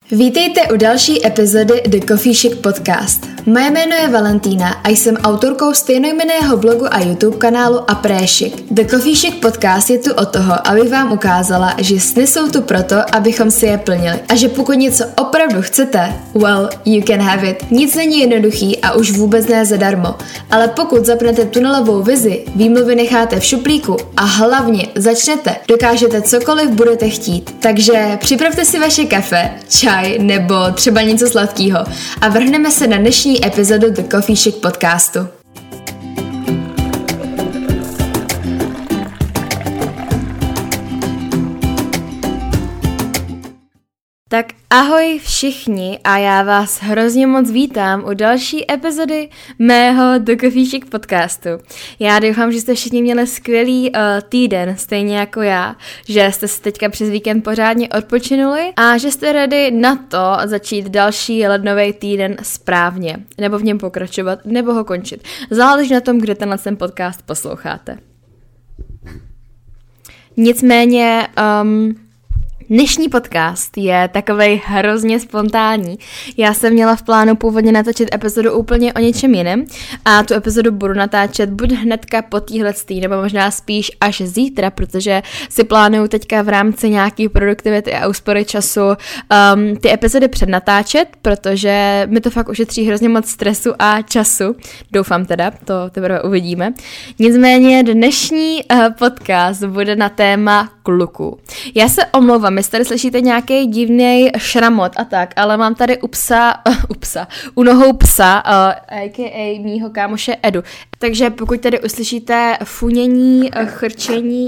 Vítejte u další epizody The Coffee Chic Podcast. Moje jméno je Valentína a jsem autorkou stejnojmenného blogu a YouTube kanálu Apré Chic. The Coffee Chic Podcast je tu od toho, aby vám ukázala, že sny jsou tu proto, abychom si je plnili. A že pokud něco opravdu chcete, well, you can have it. Nic není jednoduchý a už vůbec ne zadarmo. Ale pokud zapnete tunelovou vizi, výmluvy necháte v šuplíku a hlavně začnete, dokážete cokoliv budete chtít. Takže připravte si vaše kafe, čaj nebo třeba něco sladkého a vrhneme se na dnešní epizodu The Coffee Chic Podcastu. Tak ahoj všichni a já vás hrozně moc vítám u další epizody mého The Coffee Chic podcastu. Já doufám, že jste všichni měli skvělý týden, stejně jako já, že jste si teďka přes víkend pořádně odpočinuli a že jste ready na to začít další lednový týden správně, nebo v něm pokračovat, nebo ho končit. Záleží na tom, kde tenhle ten podcast posloucháte. Nicméně dnešní podcast je takovej hrozně spontánní. Já jsem měla v plánu původně natočit epizodu úplně o něčem jiném a tu epizodu budu natáčet buď hnedka po téhletý, nebo možná spíš až zítra, protože si plánuju teďka v rámci nějaký produktivity a úspory času ty epizody přednatáčet, protože mi to fakt ušetří hrozně moc stresu a času. Doufám teda, to teprve uvidíme. Nicméně dnešní podcast bude na téma kluků. Já se omlouvám, jestli tady slyšíte nějaký divný šramot a tak, ale mám tady u nohou psa, a.k.a. mýho kámoše Edu. Takže pokud tady uslyšíte funění, chrčení,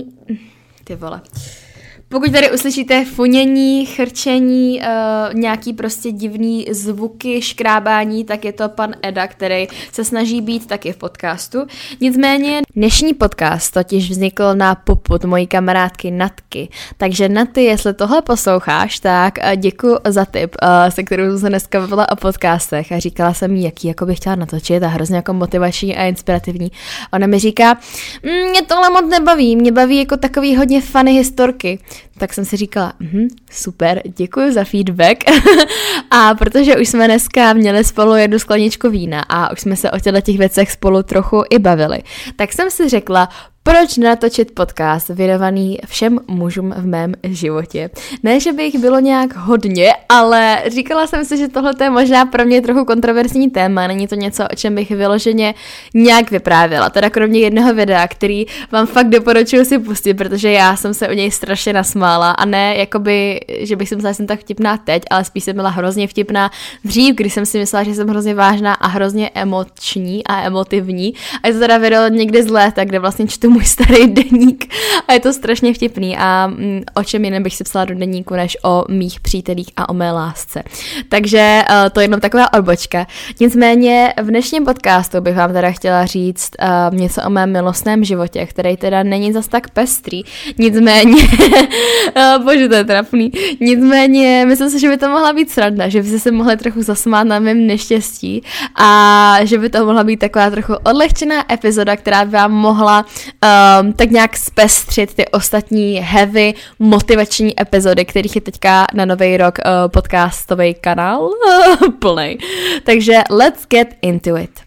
pokud tady uslyšíte funění, chrčení, nějaký prostě divný zvuky, škrábání, tak je to pan Eda, který se snaží být taky v podcastu. Nicméně dnešní podcast totiž vznikl na popud mojí kamarádky Natky. Takže Naty, jestli tohle posloucháš, tak děkuji za tip, se kterou jsem se dneska bavila o podcastech a říkala jsem jí, jaký jako bych chtěla natočit a hrozně jako motivační a inspirativní. Ona mi říká, mě tohle moc nebaví, mě baví jako takový hodně funny historky. Tak jsem si říkala, super, děkuji za feedback. A protože už jsme dneska měli spolu jednu skleničku vína a už jsme se o těch věcech spolu trochu i bavili, tak jsem si řekla, proč natočit podcast věnovaný všem mužům v mém životě. Ne, že by jich bylo nějak hodně, ale říkala jsem si, že tohle je možná pro mě trochu kontroverzní téma, není to něco, o čem bych vyloženě nějak vyprávěla. Teda kromě jednoho videa, který vám fakt doporučuji si pustit, protože já jsem se o něj strašně nasmála a ne jakoby, že bych si myslela, že jsem tak vtipná teď, ale spíš jsem byla hrozně vtipná dřív, když jsem si myslela, že jsem hrozně vážná a hrozně emoční a emotivní. A je to teda video někdy z léta, kde vlastně čtu můj starý deník a je to strašně vtipný a o čem jiném bych si psala do deníku, než o mých přítelích a o mé lásce. Takže to je jenom taková odbočka. Nicméně v dnešním podcastu bych vám teda chtěla říct něco o mém milostném životě, který teda není zas tak pestrý. Nicméně, bože, to je trapný. Nicméně, myslím si, že by to mohla být sranda, že byste se mohli trochu zasmát na mém neštěstí a že by to mohla být taková trochu odlehčená epizoda, která by vám mohla tak nějak zpestřit ty ostatní heavy motivační epizody, kterých je teďka na nový rok podcastový kanál plnej. Takže let's get into it.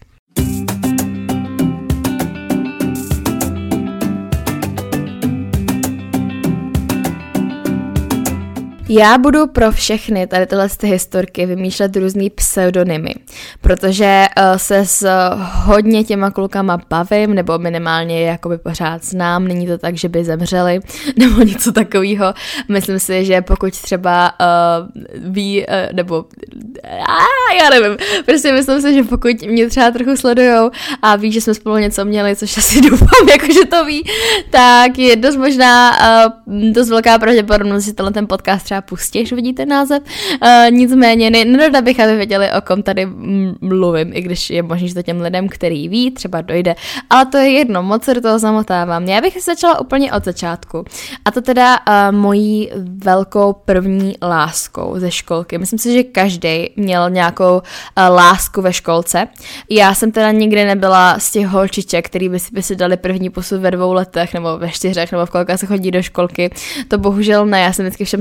Já budu pro všechny tady tyhle historky vymýšlet různý pseudonymy, protože se s hodně těma klukama bavím, nebo minimálně je jakoby pořád znám, není to tak, že by zemřeli, nebo něco takového. Myslím si, že pokud třeba ví, nebo já nevím, prostě myslím si, že pokud mě třeba trochu sledujou a ví, že jsme spolu něco měli, což asi doufám, jakože to ví, tak je dost možná dost velká pravděpodobnost, že tenhle ten podcast třeba pustí, až vidíte název. Nicméně nerada bych, aby věděli, o kom tady mluvím, i když je možný, že to těm lidem, který ví, třeba dojde. Ale to je jedno, moc se do toho zamotávám. Já bych začala úplně od začátku. A to teda mojí velkou první láskou ze školky. Myslím si, že každý měl nějakou lásku ve školce. Já jsem teda nikdy nebyla z těch holčiček, který by si dali první pusu ve 2 letech, nebo ve 4, nebo v kolika se chodí do školky. To bohužel ne, já jsem vždycky všem strašně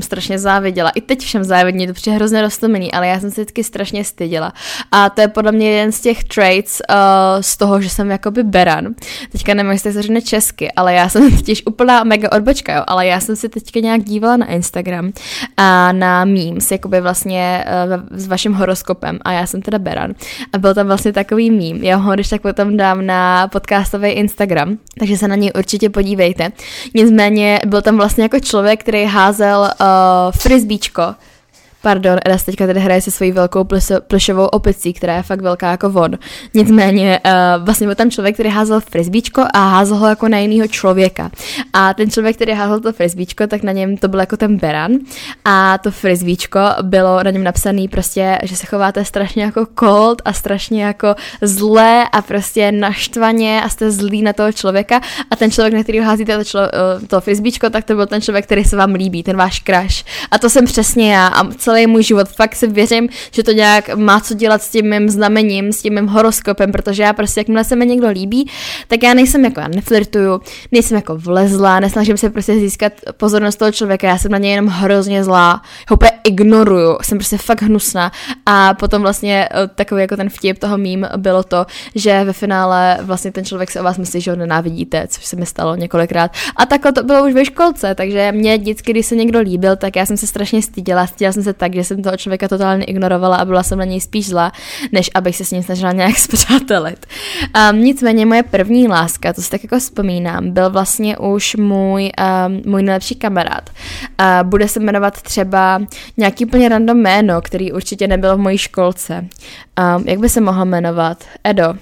záviděla. I teď všem závidím, to přijde hrozně roztomilý, ale já jsem se vždycky strašně styděla. A to je podle mě jeden z těch traits z toho, že jsem jakoby beran. Teďka nevím, jestli se řekne česky, ale já jsem totiž úplná mega odbočka, jo, ale já jsem si teďka nějak dívala na Instagram a na memes, jakoby vlastně s vaším horoskopem a já jsem teda beran. A byl tam vlastně takový meme, já ho když tak potom dám na podcastový Instagram, takže se na něj určitě podívejte. Nicméně byl tam vlastně jako člověk, který házel frisbíčko. Pardon, Edas teďka tady hraje se svojí velkou plešovou opicí, která je fakt velká jako on. Nicméně vlastně byl tam člověk, který házel frisbíčko a házel ho jako na jinýho člověka. A ten člověk, který házel to frisbíčko, tak na něm to byl jako ten beran. A to frisbíčko bylo na něm napsaný prostě, že se chováte strašně jako cold a strašně jako zlé a prostě naštvaně a jste zlý na toho člověka. A ten člověk, na kterýho házíte to frisbíčko, tak to byl ten člověk, který se vám líbí, ten váš crush. A to jsem přesně já a celý můj život. Fakt si věřím, že to nějak má co dělat s tím mým znamením, s tím mým horoskopem, protože já prostě, jakmile se mi někdo líbí, tak já nejsem jako, já neflirtuju, nejsem jako vlezlá, nesnažím se prostě získat pozornost toho člověka, já jsem na něj jenom hrozně zlá, ho úplně ignoruju, jsem prostě fakt hnusná a potom vlastně takový jako ten vtip toho mým bylo to, že ve finále vlastně ten člověk si o vás myslí, že ho nenávidíte, což se mi stalo několikrát a takhle to bylo už ve školce, takže mě vždycky, když se někdo líbil, tak já jsem se strašně styděla jsem se tak, že jsem toho člověka totálně ignorovala a byla jsem na něj spíš zlá, než abych se s ním snažila nějak spřátelit. Nicméně moje první láska, to si tak jako vzpomínám, byl vlastně už můj nejlepší kamarád. Bude se jmenovat třeba nějaký úplně random jméno, který určitě nebylo v mojí školce. Jak by se mohl jmenovat? Edo.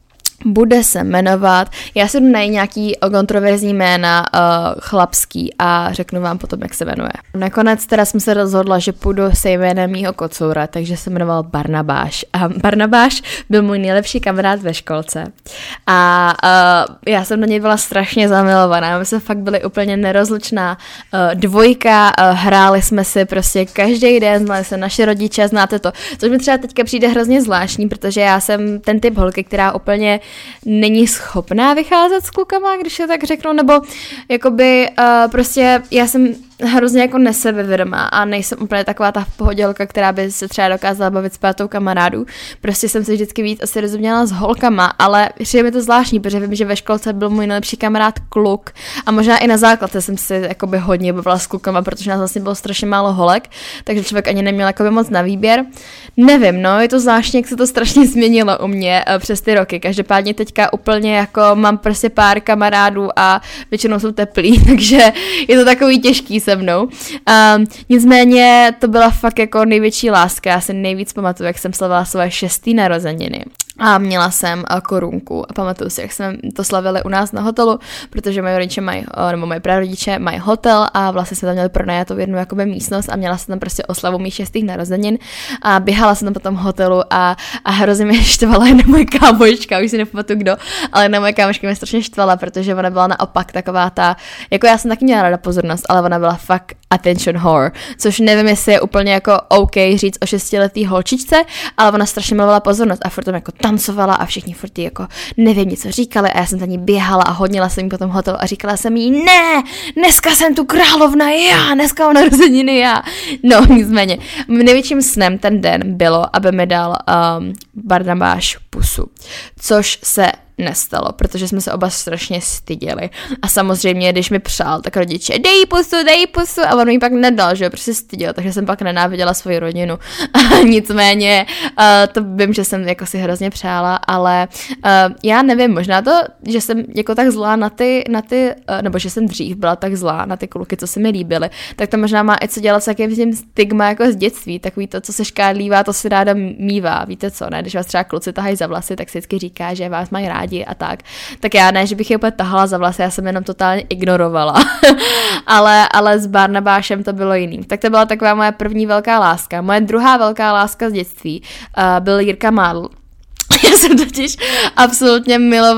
Bude se jmenovat, já si jdu najít nějaký kontroverzní jména chlapský a řeknu vám potom, jak se jmenuje. Nakonec teda jsem se rozhodla, že půjdu se jménem mýho kocoura, takže se jmenoval Barnabáš. A Barnabáš byl můj nejlepší kamarád ve školce. A já jsem do něj byla strašně zamilovaná, my jsme fakt byli úplně nerozlučná dvojka, hráli jsme si prostě každý den, znali se naše rodiče, znáte to. Což mi třeba teďka přijde hrozně zvláštní, protože já jsem ten typ holky, která úplně není schopná vycházet s klukama, když je tak řeknu, nebo jakoby prostě já jsem hrozně jako nesebevědomá a nejsem úplně taková ta pohodělka, která by se třeba dokázala bavit s pátou kamarádů. Prostě jsem se vždycky víc asi rozuměla s holkama, ale přijde mi to zvláštní, protože vím, že ve školce byl můj nejlepší kamarád kluk a možná i na základce jsem si jakoby hodně bavila s klukama, protože nás vlastně bylo strašně málo holek, takže člověk ani neměl jakoby moc na výběr. Nevím, no, je to zvláštní, jak se to strašně změnilo u mě přes ty roky. Každopádně teďka úplně jako mám prostě pár kamarádů a většinou jsou teplí, takže je to takový těžký se mnou. Nicméně to byla fakt jako největší láska. Já si nejvíc pamatuju, jak jsem slavila svoje 6. narozeniny. A měla jsem korunku a pamatuju si, jak jsme to slavili u nás na hotelu, protože moji rodiče mají, nebo moji prarodiče mají hotel a vlastně jsme tam měli pronajatou jednu jakoby místnost a měla jsem tam prostě oslavu mých 6. narozenin a běhala jsem tam po tom hotelu a hrozně mě štvala jedna moje kámoška, už si nepamatuju kdo, ale jedna moje kámoška mě strašně štvala, protože ona byla naopak taková ta, jako já jsem taky měla ráda pozornost, ale ona byla fakt attention whore, což nevím, jestli je úplně jako OK říct o 6letý holčičce, ale ona strašně milovala pozornost a furt tam jako tancovala a všichni furt jako nevím, něco říkali a já jsem za ní běhala a hodnila jsem jí po tom hotelu a říkala jsem jí, ne, dneska jsem tu královna já, dneska mám narozeniny já. No, nicméně, mým největším snem ten den bylo, aby mi dal Barnabáš pusu, což se nestalo, protože jsme se oba strašně styděli. A samozřejmě, když mi přál, tak rodiče, dej pusu, a on mi pak nedal, že jo, prostě styděl, takže jsem pak nenáviděla svoji rodinu. Nicméně, to vím, že jsem jako si hrozně přála, ale já nevím, možná to, že jsem jako tak zlá na ty, nebo že jsem dřív byla tak zlá na ty kluky, co se mi líbily, tak to možná má i co dělat s jakým tím stigma jako z dětství, takový to, co se škádlívá, to si ráda mívá, víte co, ne, když vás třeba kluci tahají za vlasy, tak si vždycky říká, že vás mají rádi a tak já ne, že bych je úplně tahala za vlasy, já jsem jenom totálně ignorovala, ale s Barnabášem to bylo jiný. Tak to byla taková moje první velká láska. Moje druhá velká láska z dětství byl Jirka Mádl. Já jsem totiž absolutně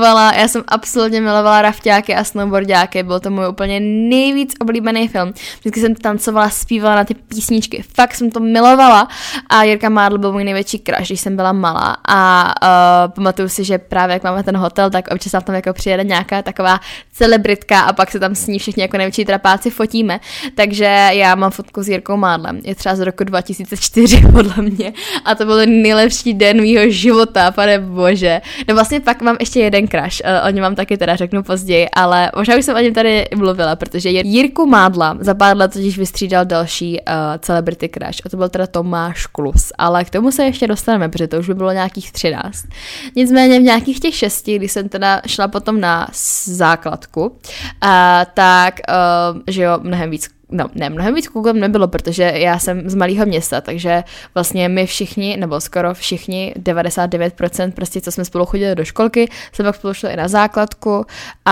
milovala rafťáky a snowboardáky, byl to můj úplně nejvíc oblíbený film. Vždycky jsem tancovala, zpívala na ty písničky, fakt jsem to milovala a Jirka Mádl byl můj největší crush, když jsem byla malá a pamatuju si, že právě jak máme ten hotel, tak občas tam jako přijede nějaká taková celebritka a pak se tam s ní všichni jako největší trapáci fotíme, takže já mám fotku s Jirkou Mádlem, je třeba z roku 2004 podle mě a to byl nejlepší den mýho života, pane bože. No vlastně pak mám ještě jeden crush, o něm vám taky teda řeknu později, ale možná už jsem o něm tady mluvila, protože Jirku Mádla za pár let totiž vystřídal další celebrity crush a to byl teda Tomáš Klus, ale k tomu se ještě dostaneme, protože to už by bylo nějakých 13. Nicméně v nějakých těch 6, když jsem teda šla potom na základku, tak, že jo, mnohem víc klukem nebylo, protože já jsem z malého města, takže vlastně my všichni, nebo skoro všichni, 99% prostě, co jsme spolu chodili do školky, jsme pak spolu šli i na základku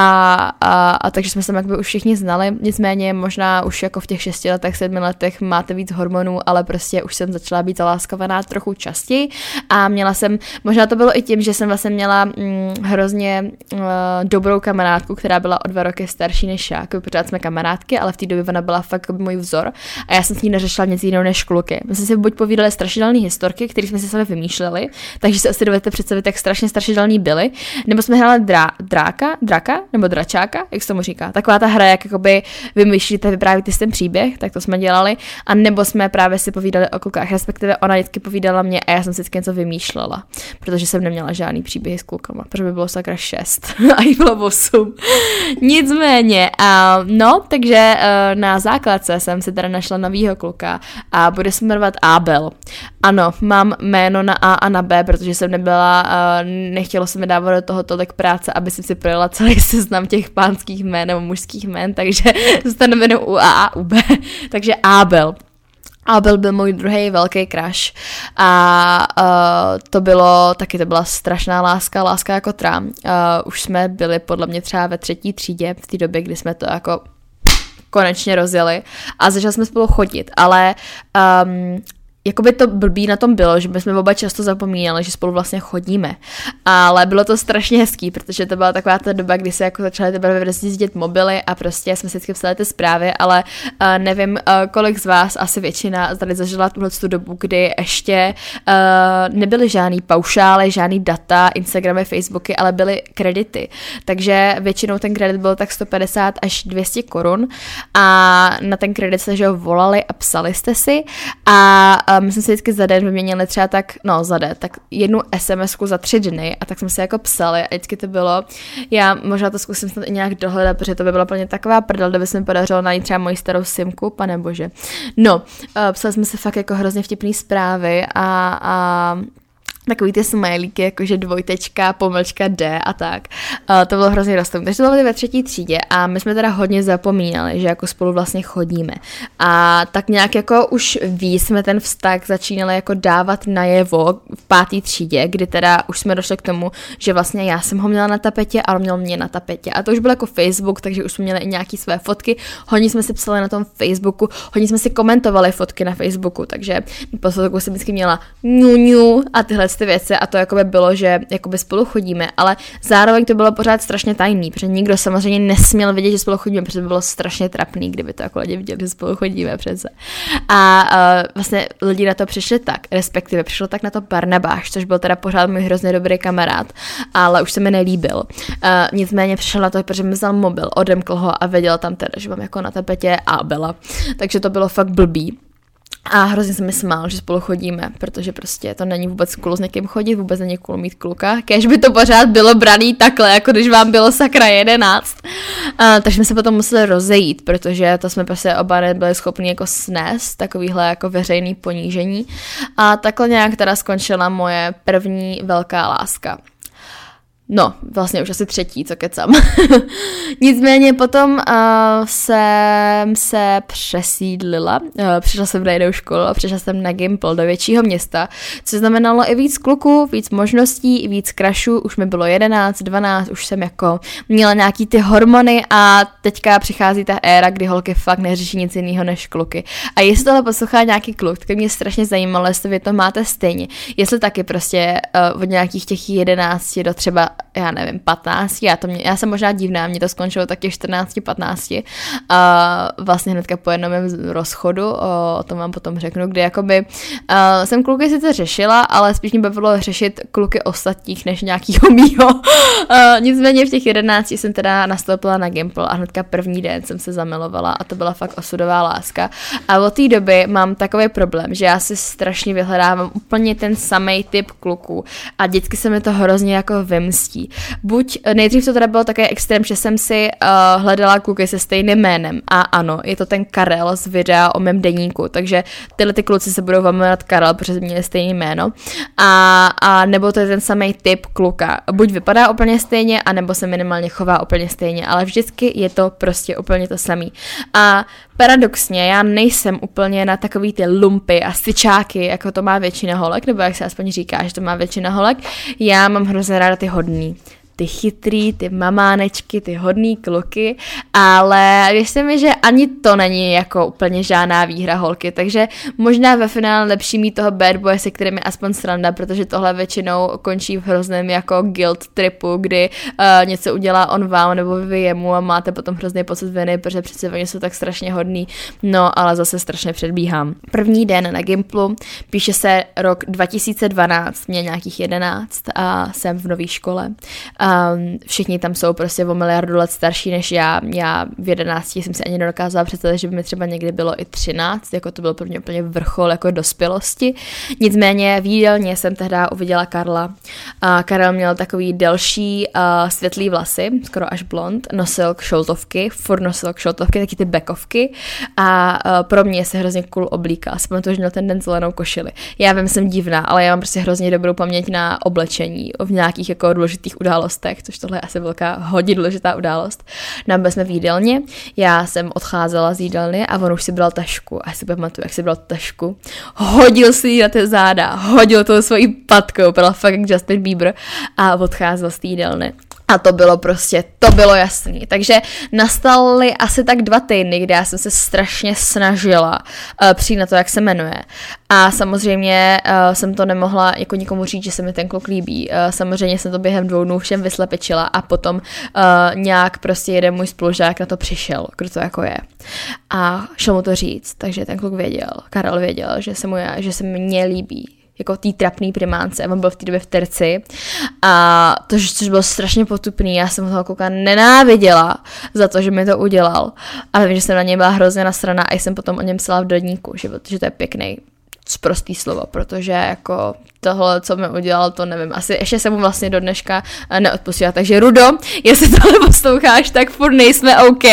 a takže jsme se jakby už všichni znali, nicméně možná už jako v těch 6 letech, 7 letech máte víc hormonů, ale prostě už jsem začala být zaláskavaná trochu častěji a měla jsem, možná to bylo i tím, že jsem vlastně měla hrozně dobrou kamarádku, která byla o 2 roky starší než já, jako pořád jsme kamarádky, ale v té době ona byla fakt můj vzor a já jsem s ní neřešila nic jiného než kluky. My jsme si buď povídali strašidelné historky, které jsme si sami vymýšleli, takže si asi dovedete představit, jak strašně strašidelný byly, nebo jsme hráli draka, nebo dračáka, jak se tomu říká. Taková ta hra, jak jakoby vymýšlíte, vyprávíte si ten příběh, tak to jsme dělali, a nebo jsme právě si povídali o klukách, respektive ona vždycky povídala mě a já jsem si vždycky něco vymýšlela, protože jsem neměla žádný příběhy s klukama, protože by bylo sakra 6 a jí bylo 8. Nicméně, no, takže na základce jsem si teda našla novýho kluka a bude se jmenovat Abel. Ano, mám jméno na A a na B, protože jsem nechtělo se mi dávat do toho tolik práce, aby si projela celý seznam těch pánských jmén nebo mužských jmén, takže zůstanu jméno u A a u B. Takže Abel. Abel byl můj druhý velký crush a to byla strašná láska jako trám. Už jsme byli podle mě třeba ve 3. třídě v té době, kdy jsme to jako konečně rozjeli a začali jsme spolu chodit, ale jakoby to blbý na tom bylo, že my jsme oba často zapomínali, že spolu vlastně chodíme, ale bylo to strašně hezký, protože to byla taková ta doba, kdy se jako začaly teprve rozjíždět mobily a prostě jsme si vždycky psali ty zprávy, ale nevím, kolik z vás, asi většina tady zažila tuhle dobu, kdy ještě nebyly žádný paušály, žádný data, Instagramy, Facebooky, ale byly kredity, takže většinou ten kredit byl tak 150 až 200 korun a na ten kredit se že volali a psali jste si a my jsme si vždycky za den vyměnili třeba tak jednu SMS-ku za 3 dny a tak jsme si jako psali a vždycky to bylo, já možná to zkusím snad i nějak dohledat, protože to by byla plně taková prdel, kdyby se mi podařilo najít třeba moji starou simku, pane bože. No, psali jsme si fakt jako hrozně vtipný zprávy a takový ty smajlíky, jakože 2, pomlčka D a tak. To bylo hrozně rostomilé. Takže to bylo ve 3. třídě a my jsme teda hodně zapomínali, že jako spolu vlastně chodíme. A tak nějak jako už víc jsme ten vztah začínali jako dávat najevo v 5. třídě, kdy teda už jsme došli k tomu, že vlastně já jsem ho měla na tapetě a on měl mě na tapetě. A to už byl jako Facebook, takže už jsme měli i nějaký své fotky. Hodně jsme si psali na tom Facebooku, hodně jsme si komentovali fotky na Facebooku, takže po fotku jsem vždycky měla ňu a tyhle ty věci a to jakoby bylo, že jakoby spolu chodíme, ale zároveň to bylo pořád strašně tajný, protože nikdo samozřejmě nesměl vědět, že spolu chodíme, protože by bylo strašně trapný, kdyby to jako lidi viděli, že spolu chodíme přece. A vlastně lidi na to přišli tak, respektive přišlo tak na to Barnabáš, což byl teda pořád můj hrozně dobrý kamarád, ale už se mi nelíbil. Nicméně přišel na to, protože mi vzal mobil, odemkl ho a věděl tam teda, že mám jako na tapetě Abela. Takže to bylo fakt blbý. A hrozně se mi smál, že spolu chodíme, protože prostě to není vůbec cool s někým chodit, vůbec není cool mít kluka, kéž by to pořád bylo braný takhle, jako když vám bylo sakra 11. Takže jsme se potom museli rozejít, protože to jsme prostě oba nebyli schopni jako snést, takovýhle jako veřejný ponížení. A takhle nějak teda skončila moje první velká láska. No, vlastně už asi 3, co kecam. Nicméně potom jsem se přesídlila, přišla jsem na jinou školu a přišla jsem na Gimple do většího města, což znamenalo i víc kluků, víc možností, i víc crashů, už mi bylo 11, 12, už jsem jako měla nějaký ty hormony a teďka přichází ta éra, kdy holky fakt neřeší nic jiného než kluky. A jestli tohle poslouchá nějaký kluk, tak mě strašně zajímalo, jestli vy to máte stejně, jestli taky prostě od nějakých těch 11 do třeba, já nevím, 15, já jsem možná divná, mě to skončilo taky 14, 15, vlastně hnedka po jednom rozchodu, o tom vám potom řeknu, kdy jakoby jsem kluky sice řešila, ale spíš mě bavilo řešit kluky ostatních, než nějakýho mýho. Nicméně v těch 11 jsem teda nastoupila na Gimple a hnedka první den jsem se zamilovala a to byla fakt osudová láska. A od té doby mám takový problém, že já si strašně vyhledávám úplně ten samej typ kluků a vždycky se mi to hrozně jako vymstí. Buď nejdřív to teda bylo také extrém, že jsem si hledala kluky se stejným jménem a ano, je to ten Karel z videa o mém deníku, takže tyhle ty kluci se budou jmenovat Karel, protože měli stejné jméno a nebo to je ten samý typ kluka. Buď vypadá úplně stejně, anebo se minimálně chová úplně stejně, ale vždycky je to prostě úplně to samý. A paradoxně, já nejsem úplně na takový ty lumpy a styčáky, jako to má většina holek, nebo jak se aspoň říká, že to má většina holek. Já mám hrozně ráda ty hodný, ty chytrý, ty mamánečky, ty hodný kluky, ale věřte mi, že ani to není jako úplně žádná výhra holky, takže možná ve finále lepší mít toho bad boy, se kterým je aspoň sranda, protože tohle většinou končí v hrozném jako guilt tripu, kdy něco udělá on vám nebo vy jemu a máte potom hrozný pocit viny, protože přece oni jsou tak strašně hodný, no ale zase strašně předbíhám. První den na Gimplu, píše se rok 2012, mě nějakých 11 a jsem v nové škole. Všichni tam jsou prostě o miliardu let starší než já. Já v 11 jsem si ani nedokázala představit, že by mi třeba někdy bylo i 13, jako to byl pro mě úplně vrchol jako dospělosti. Nicméně v jídelně jsem tehdy uviděla Karla. Karel měl takový delší světlý vlasy, skoro až blond, nosil kšoltovky, furt nosil kšoltovky, taky ty bekovky a pro mě se hrozně cool oblíkal. Jsem to, že měl ten den zelenou košili. Já vím, jsem divná, ale já mám prostě hrozně dobrou paměť na oblečení v nějakých jako důležitých událostech, což tohle je asi velká, hodně důležitá událost. Byli jsme v jídelně, já jsem odcházela z jídelny a on už si bral tašku. A já si pamatuju, jak si bral tašku. Hodil si ji na ty záda, hodil tou svojí patkou, byl fakt jak Justin Bieber a odcházel z té jídelny. A to bylo jasný. Takže nastaly asi tak 2 týdny, kdy já jsem se strašně snažila přijít na to, jak se jmenuje. A samozřejmě jsem to nemohla jako nikomu říct, že se mi ten kluk líbí. Samozřejmě jsem to během 2 dnů všem vyslepečila a potom nějak prostě jeden můj spolužák na to přišel, kdo to jako je. A šel mu to říct, takže ten kluk věděl, Karel věděl, že se mě líbí. Jako tý trapný primánce. On byl v té době v terci a to, což bylo strašně potupný. Já jsem toho kluka nenáviděla za to, že mi to udělal. A vím, že jsem na něj byla hrozně nasraná a jsem potom o něm psala v deníku, že to je pěkný sprostý slovo, protože jako tohle, co mi udělal, to nevím. Asi ještě jsem mu vlastně do dneška neodpustila. Takže Rudo, jestli tohle posloucháš, tak furt nejsme OK.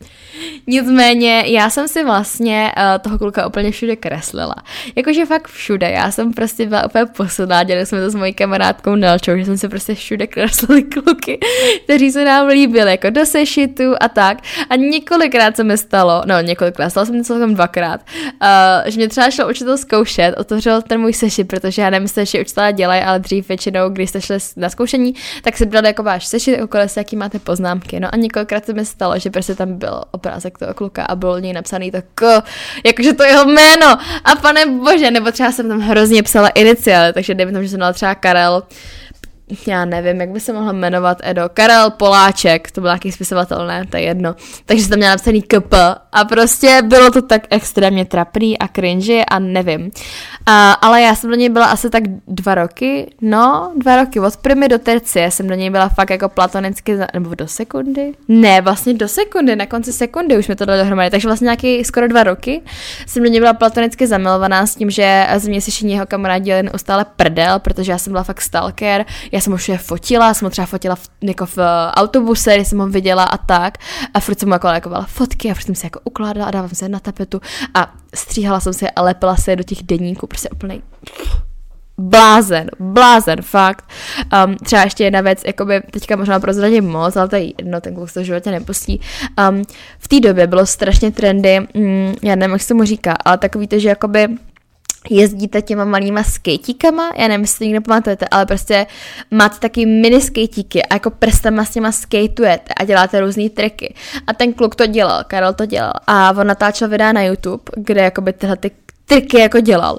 Nicméně já jsem si vlastně toho kluka úplně všude kreslila. Jakože fakt všude. Já jsem prostě byla úplně posudná. Dělali jsme to s mojí kamarádkou Nelčou, že jsem si prostě všude kreslili kluky, kteří se nám líbili, jako do sešitu a tak. A několikrát se mi stalo, stalo se mi celkem 2krát, že mě třeba šlo učitel zkoušet, otevřel ten můj sešit, protože já nevím, jestli učitelé dělají, ale dřív většinou, když jste šli na zkoušení, tak si brali jako váš sešit, okolo se, jaký máte poznámky. No a několikrát se mi stalo, že prostě tam byl obrázek toho kluka a bylo něj napsaný to jakože to jeho jméno a pane bože, nebo třeba jsem tam hrozně psala iniciály, takže nevím tam, že jsem dala třeba Karel, já nevím, jak by se mohla jmenovat Edo, Karel Poláček, to byl nějaký spisovatel, ne, to je jedno, takže jsem tam měla napsaný KP a prostě bylo to tak extrémně trapný a cringy a nevím. Ale já jsem do něj byla asi tak 2 roky, od primy do tercie jsem do něj byla fakt jako platonicky, nebo do sekundy? Ne, vlastně do sekundy, na konci sekundy už mi to dalo dohromady, takže vlastně nějaký skoro 2 roky jsem do něj byla platonicky zamilovaná s tím, že z mě si všichni jeho kamarádi dělali neustále prdel, protože já jsem byla fakt stalker, já jsem ho všude fotila, jsem ho třeba fotila v autobuse, když jsem ho viděla a tak a furt jsem mu jako lajkovala fotky a furt jsem se jako ukládala a dávám se na tapetu a stříhala jsem se a lepila se do těch deníků, prostě úplnej blázen, fakt. Třeba ještě jedna věc, jakoby teďka možná prozradím moc, ale to je jedno, ten kluk to v životě nepustí. V té době bylo strašně trendy, já nevím, jak se tomu říká, ale takový to, že jakoby jezdíte těma malýma skejtíkama, já nevím, jestli to někdo pamatujete, ale prostě máte taky mini skejtíky a jako prstama s těma skateujete a děláte různý triky. A ten kluk to dělal, Karel to dělal a on natáčel videa na YouTube, kde jakoby tyhle ty triky jako dělal.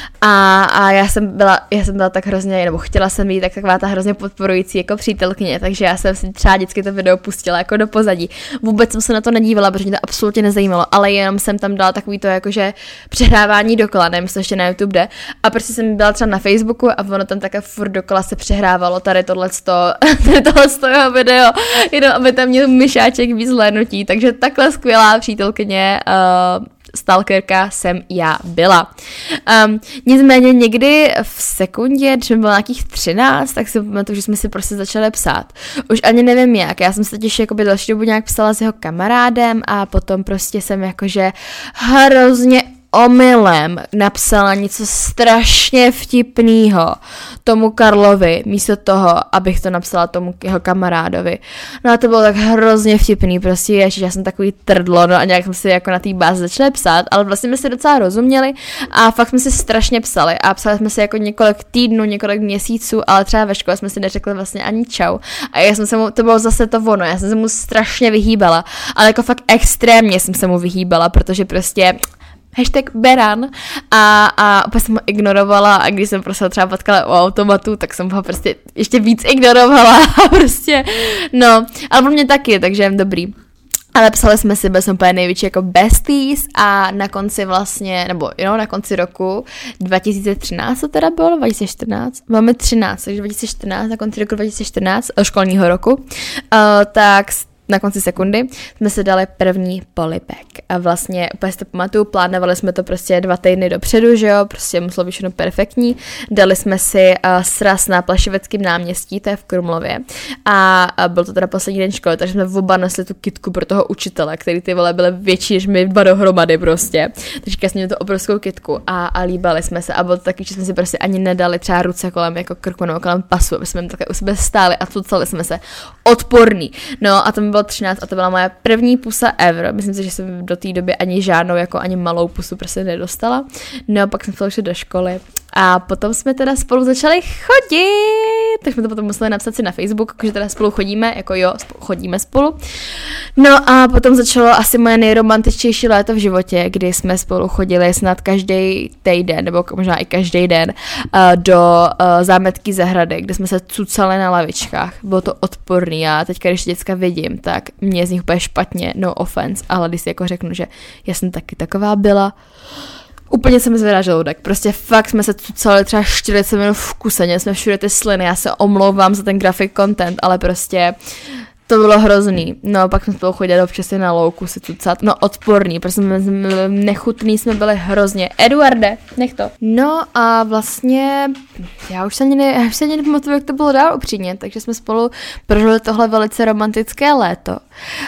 A já jsem byla tak hrozně, nebo chtěla jsem být taková ta hrozně podporující jako přítelkyně, takže já jsem si třeba vždycky to video pustila jako do pozadí. Vůbec jsem se na to nedívala, protože mě to absolutně nezajímalo, ale jenom jsem tam dala takový to jakože přehrávání dokola, nevím, jestli ještě na YouTube jde. A prostě jsem byla třeba na Facebooku a ono tam také furt dokola se přehrávalo tady tohleto jeho video, jenom aby tam měl myšáček víc zhlédnutí, takže takhle skvělá přítelkyně stalkerka jsem já byla. Nicméně někdy v sekundě, když mi bylo nějakých 13, tak si pamatuju, že jsme si prostě začali psát. Už ani nevím jak, já jsem se totiž jakoby další dobu nějak psala s jeho kamarádem a potom prostě jsem jakože hrozně omylem napsala něco strašně vtipnýho tomu Karlovi, místo toho, abych to napsala tomu jeho kamarádovi. No a to bylo tak hrozně vtipný, prostě ježiš, já jsem takový trdlo, no a nějak jsme si jako na té bázi začali psát, ale vlastně jsme si docela rozuměli a fakt jsme si strašně psali a psali jsme si jako několik týdnů, několik měsíců, ale třeba ve škole jsme si neřekli vlastně ani čau. A já jsem se mu, to bylo zase to ono, já jsem se mu strašně vyhýbala, ale jako fakt extrémně jsem se mu vyhýbala, protože prostě #beran a úplně jsem ho ignorovala a když jsem prostě třeba potkala u automatu, tak jsem ho prostě ještě víc ignorovala a prostě, no, ale pro mě taky, takže dobrý. Ale psali jsme si, byli jsme úplně největší jako besties a na konci vlastně, nebo jo, na konci roku 2013 to teda bylo, 2014, máme 13, takže 2014, na konci roku 2014, školního roku, tak na konci sekundy jsme si dali první polibek a vlastně úplně si to pamatuju, plánovali jsme to prostě 2 týdny dopředu, že jo, prostě muselo být všechno perfektní, dali jsme si sraz na Plašoveckém náměstí, to je v Krumlově a byl to teda poslední den školy, takže jsme oba nesli tu kytku pro toho učitele, který ty vole byly větší než my 2 dohromady prostě, takže jsme měli tu obrovskou kytku a líbali jsme se a bylo to taky, že jsme si prostě ani nedali třeba ruce kolem jako krku nebo kolem pasu, aby jsme takhle u sebe stáli a cucali jsme se odporný, no a to bylo 13 a to byla moje první pusa ever. Myslím si, že jsem do té doby ani žádnou, jako ani malou pusu prostě nedostala. No, pak jsem šli do školy a potom jsme teda spolu začali chodit. Tak jsme to potom museli napsat si na Facebook, že teda spolu chodíme, jako jo, chodíme spolu. No a potom začalo asi moje nejromantičtější léto v životě, kdy jsme spolu chodili snad každý týden, nebo možná i každý den do zámecké zahrady, kde jsme se cucali na lavičkách. Bylo to odporný. Já teďka, když děcka vidím, tak mě z nich úplně špatně, no offense, ale když si jako řeknu, že já jsem taky taková byla, úplně se mi zvedá žaludek. Prostě fakt jsme se cucali třeba 40 minut v kuse, měli jsme všude ty sliny, já se omlouvám za ten graphic content, ale prostě to bylo hrozný. No, pak jsme spolu chodili občas na louku si tucat. No, odporný, protože jsme nechutný, jsme byli hrozně. Eduarde, nech to. No a vlastně, já už se ani nepamatuju, jak to bylo dál upřímně, takže jsme spolu prožili tohle velice romantické léto.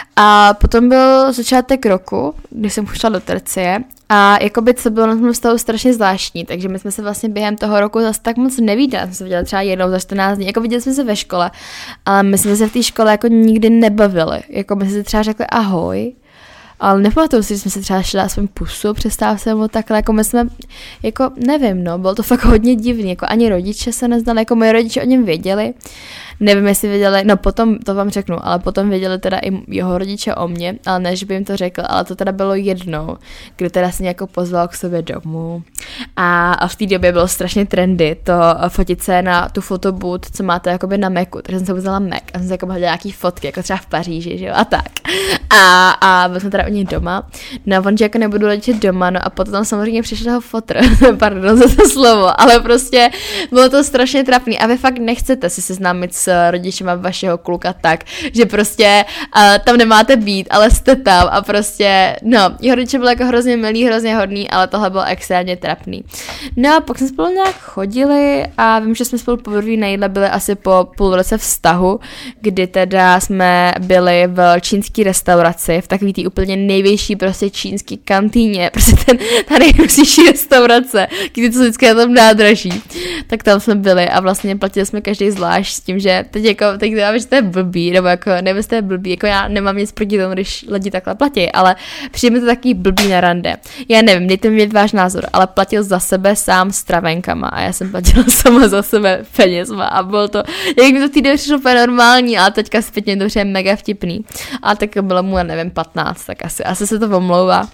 A potom byl začátek roku, kdy jsem šla do tercie a jakoby co bylo na tom stavu strašně zvláštní, takže my jsme se vlastně během toho roku zase tak moc nevídali, jsme se viděli třeba jednou za 14 dní, jako viděli jsme se ve škole, ale my jsme se v té škole jako nikdy nebavili, jako my jsme si třeba řekli ahoj, ale nepamatuju si, že jsme se třeba šli aspoň pusu, přestávce nebo takhle, jako my jsme, jako nevím, no, bylo to fakt hodně divný, jako ani rodiče se neznali, jako moji rodiče o něm věděli, nevím, jestli věděli, no potom, to vám řeknu, ale potom věděli teda i jeho rodiče o mě, ale ne, že by jim to řekl, ale to teda bylo jednou, kdy teda se nějakou pozval k sobě domů a v té době bylo strašně trendy to fotit se na tu fotoboot, co máte jakoby na Macu, takže jsem se vzala Mac a jsem se jako hledala nějaký fotky, jako třeba v Paříži, že jo, a tak. A byl jsem teda u něj doma, no on, že jako nebudu letět doma, no a potom samozřejmě přišel jeho fotr, pardon za to slovo, ale prostě bylo to strašně trapný a vy fakt nechcete si seznámit s s rodičema vašeho kluka tak, že prostě tam nemáte být, ale jste tam a prostě, no, jeho rodiče byly jako hrozně milý, hrozně hodný, ale tohle bylo extrémně trapný. No a pak jsme spolu nějak chodili a vím, že jsme spolu poprvé na jídle byli asi po půl roce vztahu, kdy teda jsme byli v čínské restauraci, v takový tý úplně největší prostě čínský kantýně, prostě ta nejrůznější restaurace, když to vždycky na tom nádraží, tak tam jsme byli a vlastně platili jsme každý zvlášť s tím, že teď já vím, že to je blbý, nebo jako nevím, jestli to je blbý, jako já nemám nic proti tomu, když lidi takhle platí, ale přijde mi to takový blbý na rande. Já nevím, dejte mi váš názor, ale platil za sebe sám stravenkama a já jsem platila sama za sebe penězma a bylo to, jak mi to týden přišlo úplně normální, ale teďka zpětně to už je mega vtipný. A tak bylo mu, nevím, 15, tak asi se to omlouvá.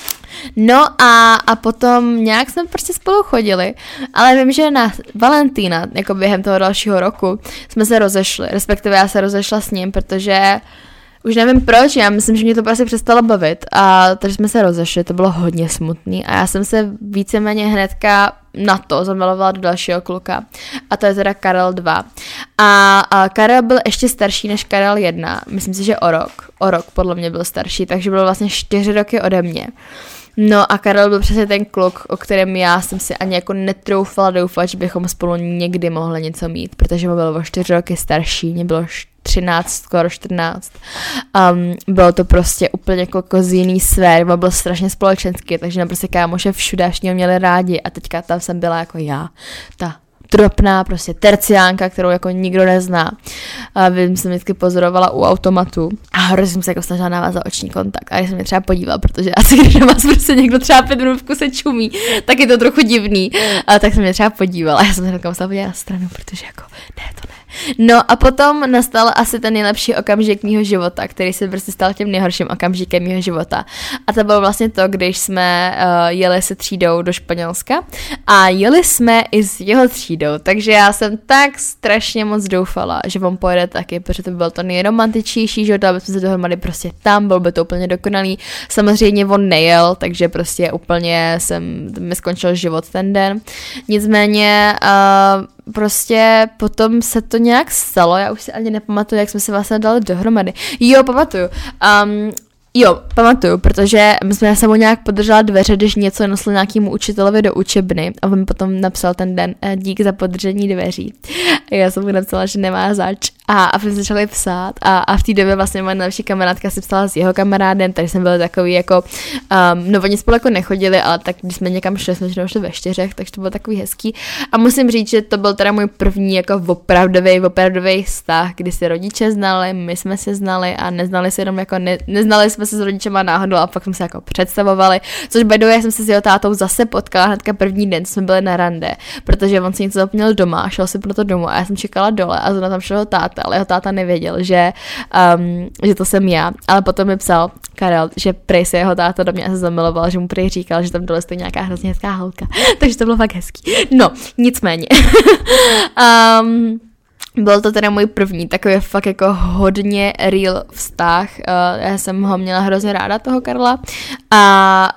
No a potom nějak jsme prostě spolu chodili, ale vím, že na Valentína, jako během toho dalšího roku, jsme se rozešli, respektive já se rozešla s ním, protože už nevím proč, já myslím, že mě to prostě přestalo bavit a takže jsme se rozešli, to bylo hodně smutný a já jsem se víceméně hnedka na to zamilovala do dalšího kluka a to je teda Karel 2 a Karel byl ještě starší než Karel 1, myslím si, že o rok podle mě byl starší, takže byl vlastně 4 roky ode mě. No a Karel byl přesně ten kluk, o kterém já jsem si ani jako netroufala doufat, že bychom spolu někdy mohli něco mít, protože mu bylo o 4 roky starší, mě bylo 13, skoro 14. Bylo to prostě úplně jako z jiný sféry, byl strašně společenský, takže na prostě kámoše všude až mě měli rádi a teďka tam jsem byla jako já, ta tropná prostě terciánka, kterou jako nikdo nezná. A vím, jsem vždycky pozorovala u automatu a hrozně jsem se jako snažila navázat oční kontakt. A když jsem mě třeba podívala, protože asi když na vás prostě někdo třeba 5 minut v kuse čumí, tak je to trochu divný. A tak jsem mě třeba podívala a já jsem se takhle musela podívat na stranu, protože jako ne, to ne. No a potom nastal asi ten nejlepší okamžik mýho života, který se prostě stal tím nejhorším okamžikem mýho života. A to bylo vlastně to, když jsme jeli se třídou do Španělska a jeli jsme i s jeho třídou, takže já jsem tak strašně moc doufala, že on pojede taky, protože to bylo to nejromantičnější, že aby jsme se dohromady prostě tam, byl by to úplně dokonalý. Samozřejmě on nejel, takže prostě úplně mi skončil život ten den. Nicméně prostě potom se to nějak stalo, já už si ani nepamatuju, jak jsme se vlastně dali dohromady. Pamatuju, protože jsme se mu nějak podržela dveře, když něco nosil nějakému učitelovi do učebny a on mi potom napsal ten den dík za podržení dveří. A já jsem mu napsala, že nemá zač a jsme začali psát a v té době vlastně moje nejlepší kamarádka si psala s jeho kamarádem, takže jsme byli takový jako, no oni spolu jako nechodili, ale tak když jsme někam šli, jsme šli ve 4, takže to bylo takový hezký a musím říct, že to byl teda můj první jako opravdový vztah, kdy se rodiče znali, my jsme se znali a neznali se jenom jako, neznali jsme se s rodičema náhodou a pak jsme se jako představovali, což by the way, jsem se s jeho tátou zase potkala hnedka první den, co jsme byli na rande, protože on si něco zapomněl doma a šel si proto domů a já jsem čekala dole a zrovna tam šel jeho táta, ale jeho táta nevěděl, že to jsem já, ale potom mi psal Karel, že prej se jeho táta do mě asi zamiloval, že mu prej říkal, že tam dole stojí nějaká hrozně hezká holka, takže to bylo fakt hezký. No, nicméně. Byl to teda můj první takový fakt jako hodně real vztah. Já jsem ho měla hrozně ráda, toho Karla. A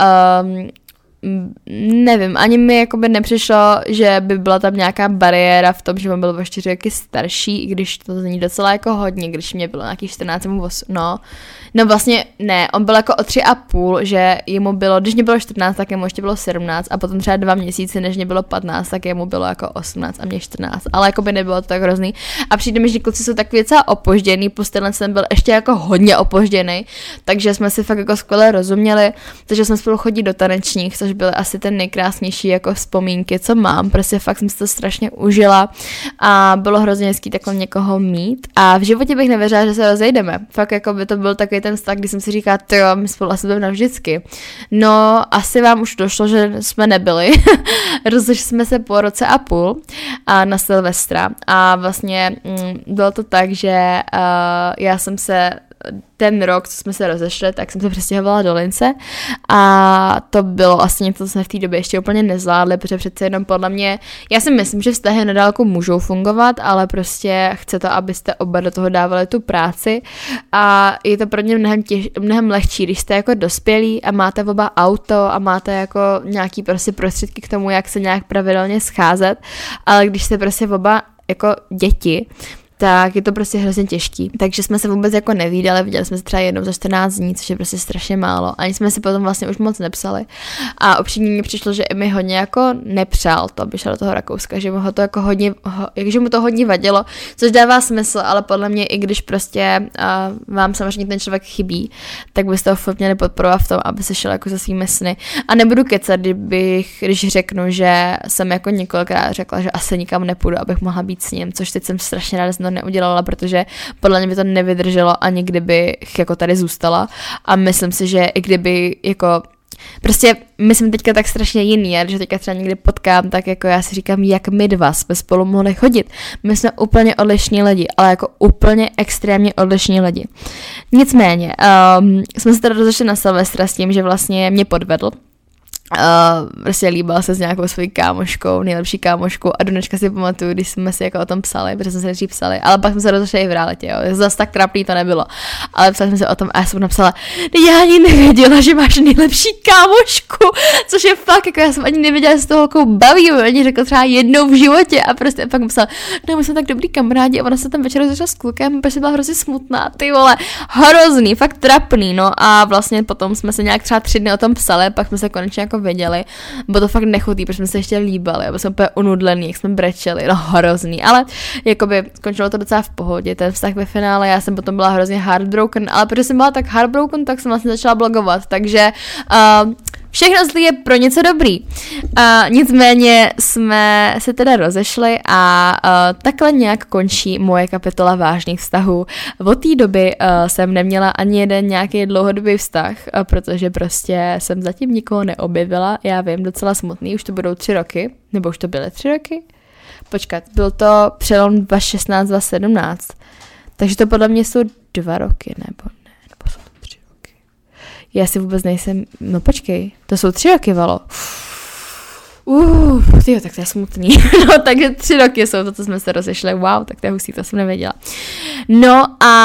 nevím, ani mi jakoby nepřišlo, že by byla tam nějaká bariéra v tom, že on byl o 4 roky starší, i když to zní docela jako hodně, když mě bylo nějakých 14 nebo 8, no vlastně ne, on byl jako o 3,5, že jemu bylo, když mě bylo 14, tak jemu ještě bylo 17 a potom třeba 2 měsíce, než mě bylo 15, tak jemu bylo jako 18 a mě 14, ale jako by nebylo to tak hrozný a přijde mi, že kluci jsou takový docela opožděný, plus tenhle jsem byl ještě jako hodně opožděný, takže jsme si fakt jako skvěle rozuměli, takže jsme spolu chodili do tanečních, což byly asi ten nejkrásnější jako vzpomínky, co mám, prostě fakt jsem si to strašně užila a bylo hrozně hezký takhle někoho mít a v životě bych nevěřila, že se rozejdeme, fakt jako by to byl takový ten vztah, kdy jsem si říkala, tyjo, my spolu asi budeme navždycky. No, asi vám už došlo, že jsme nebyli. Rozešli jsme se po 1,5 roku a na Silvestra a vlastně bylo to tak, že já jsem se ten rok, co jsme se rozešli, tak jsem se přestěhovala do Lince a to bylo asi něco, co jsme v té době ještě úplně nezvládli, protože přece jenom podle mě, já si myslím, že vztahy na dálku můžou fungovat, ale prostě chce to, abyste oba do toho dávali tu práci a je to pro ně mnohem lehčí, když jste jako dospělí a máte oba auto a máte jako nějaký prostě prostředky k tomu, jak se nějak pravidelně scházet, ale když jste prostě oba jako děti, tak je to prostě hrozně těžký. Takže jsme se vůbec jako nevídali, viděli jsme se třeba jednou za 14 dní, což je prostě strašně málo. Ani jsme si potom vlastně už moc nepsali. A upřímně mi přišlo, že i mi hodně jako nepřál to, aby šel do toho Rakouska, že mu ho to jako hodně, že mu to hodně vadilo, což dává smysl, ale podle mě i když prostě vám samozřejmě ten člověk chybí, tak byste ho fakt měli podporovat v tom, aby se šel jako se svými sny. A nebudu kecat, když řeknu, že jsem jako několikrát řekla, že asi nikam nepůjdu, abych mohla být s ním, což teď jsem strašně ráda, že jsem to neudělala, protože podle mě by to nevydrželo ani kdybych jako tady zůstala. A myslím si, že i kdyby jako prostě my jsme teďka tak strašně jiný, a když teďka třeba někdy potkám, tak jako já si říkám, jak my dva jsme spolu mohli chodit. My jsme úplně odlišní lidi, ale jako úplně extrémně odlišní lidi. Nicméně, jsme se teda rozešli na Silvestra s tím, že vlastně mě podvedl. Prostě líbal se s nějakou svojí kámoškou, nejlepší kámoškou, a do dneška si pamatuju, když jsme si jako o tom psali, protože jsme se nejdřív psali, ale pak jsme se rozešli i v realitě, jo. Zas tak trapný to nebylo, ale psali jsme se o tom a já jsem napsala, já ani nevěděla, že máš nejlepší kámošku, což je fakt, jako já jsem ani nevěděla, že se toho holkou baví, ani řekl třeba jednou v životě, a prostě pak mi psala, no my jsme tak dobrý kamarádi, a ona se tam večer rozešla s klukem, protože byla hrozně smutná, ty vole, hrozný, fakt trapný, no, a vlastně potom jsme se nějak třeba 3 dny o tom psali, pak jsme se konečně jako věděli, bylo to fakt nechutný, protože jsme se ještě líbali, aby jsme úplně unudlený, jak jsme brečeli, no hrozný, ale jakoby skončilo to docela v pohodě, ten vztah ve finále, já jsem potom byla hrozně heartbroken, ale protože jsem byla tak heartbroken, tak jsem vlastně začala blogovat, takže všechno zlý je pro něco dobrý. Nicméně jsme se teda rozešli a takhle nějak končí moje kapitola vážných vztahů. Od té doby jsem neměla ani jeden nějaký dlouhodobý vztah, protože prostě jsem zatím nikoho neobjevila. Já vím, docela smutný, už to budou 3 roky, nebo už to byly 3 roky? Počkat, byl to přelom 2016-2017, takže to podle mě jsou 2 roky, nebo ne, nebo jsou to 3 roky. Já si vůbec nejsem, no počkej, to jsou 3 roky, Valo. Tyjo, tak to je smutný. No, takže 3 roky jsou to, co jsme se rozešli. Wow, tak to je hustý, to jsem nevěděla. No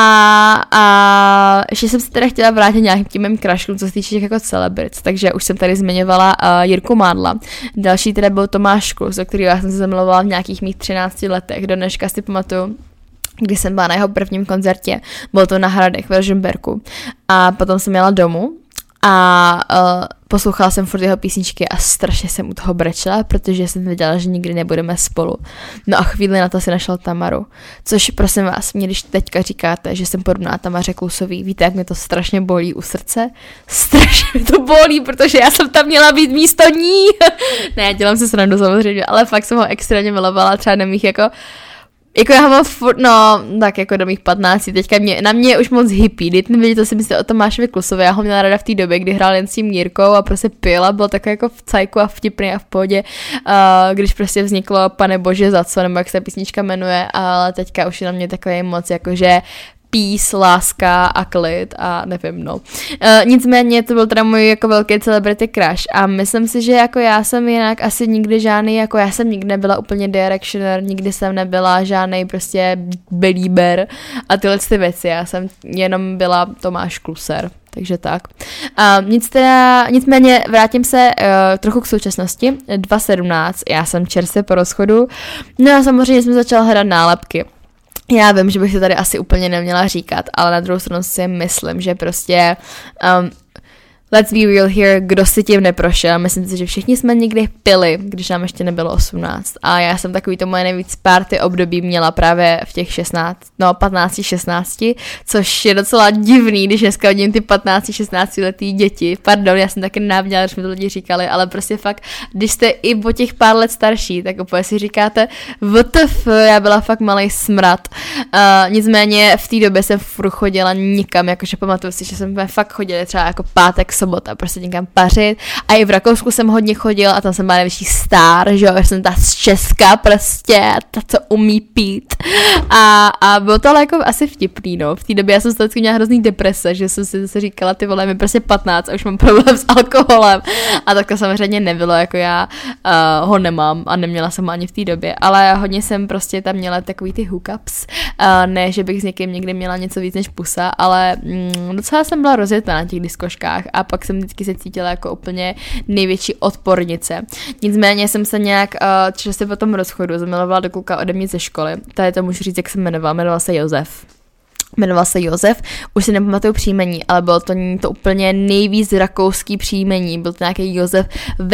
a ještě jsem se teda chtěla vrátit nějakým tím mým crashům, co se týče těch jako celebrits. Takže už jsem tady zmiňovala Jirku Mádla. Další teda byl Tomáš Klus, o kterého já jsem se zamilovala v nějakých mých 13 letech. Do dneška si pamatuju, když jsem byla na jeho prvním koncertě. Bylo to na Hradech v Rožmberku. A potom jsem jela domů a poslouchala jsem furt jeho písničky a strašně jsem u toho brečela, protože jsem věděla, že nikdy nebudeme spolu. No a chvíli na to si našel Tamaru. Což prosím vás, mě když teďka říkáte, že jsem podobná Tamaře Klusový, víte, jak mě to strašně bolí u srdce? Strašně mě to bolí, protože já jsem tam měla být místo ní. Ne, dělám si srandu samozřejmě, ale fakt jsem ho extrémně milovala, třeba na mých jako já ho mám furt, no, tak jako do mých 15, teďka na mě je už moc hippie, dejte mi vědět, co si myslíte o Tomášovi Klusovi, já ho měla ráda v té době, kdy hrál jen s tím Jirkou a prostě pil a byl takový jako v cajku a vtipný a v pohodě, když prostě vzniklo Pane bože za co, nebo jak se písnička jmenuje, ale teďka už je na mě takový moc jakože peace, láska a klid a nevím, no. Nicméně to byl teda můj jako velký celebrity crush a myslím si, že jako já jsem jinak asi nikdy žádný, jako já jsem nikdy nebyla úplně directioner, nikdy jsem nebyla žádný prostě belieber a tyhle ty věci, já jsem jenom byla Tomáš Kluser. Takže tak. Nicméně vrátím se trochu k současnosti. 2017, já jsem čerstvě po rozchodu, no a samozřejmě jsem začala hledat nálepky. Já vím, že bych to tady asi úplně neměla říkat, ale na druhou stranu si myslím, že prostě let's be real here, kdo si tím neprošel. Myslím si, že všichni jsme někdy pili, když nám ještě nebylo 18. A já jsem takový to moje nejvíc party období měla právě v těch 15-16, což je docela divný, když dneska vidím ty 15-16 letý děti. Pardon, já jsem taky nenáviděla, když mi to lidi říkali, ale prostě fakt, když jste i o těch pár let starší, tak úplně si říkáte WTF, já byla fakt malej smrad. Nicméně v té době jsem furt chodila nikam, jakože pamatuju si, že jsme fakt chodili třeba jako pátek, sobota, prostě někam pařit. A i v Rakousku jsem hodně chodila a tam jsem byla největší star, že jo, jsem ta z Česka prostě, ta, co umí pít. A bylo to ale jako asi vtipný, no. V té době já jsem vždycky měla hrozný deprese, že jsem si zase říkala, ty vole, mi prostě 15 a už mám problém s alkoholem. A tak to samozřejmě nebylo, jako já ho nemám a neměla jsem ho ani v té době, ale hodně jsem prostě tam měla takový ty hookups. Ne, že bych s někým někdy měla něco víc než pusa, ale docela jsem byla rozjetá na těch diskoškách a a pak jsem vždycky se cítila jako úplně největší odpornice. Nicméně jsem se nějak často po tom rozchodu zamilovala do kluka ode mě ze školy. Tady to můžu říct, jak se jmenoval se Josef. Už si nepamatuju příjmení, ale bylo to úplně nejvíc rakouský příjmení, byl to nějaký Josef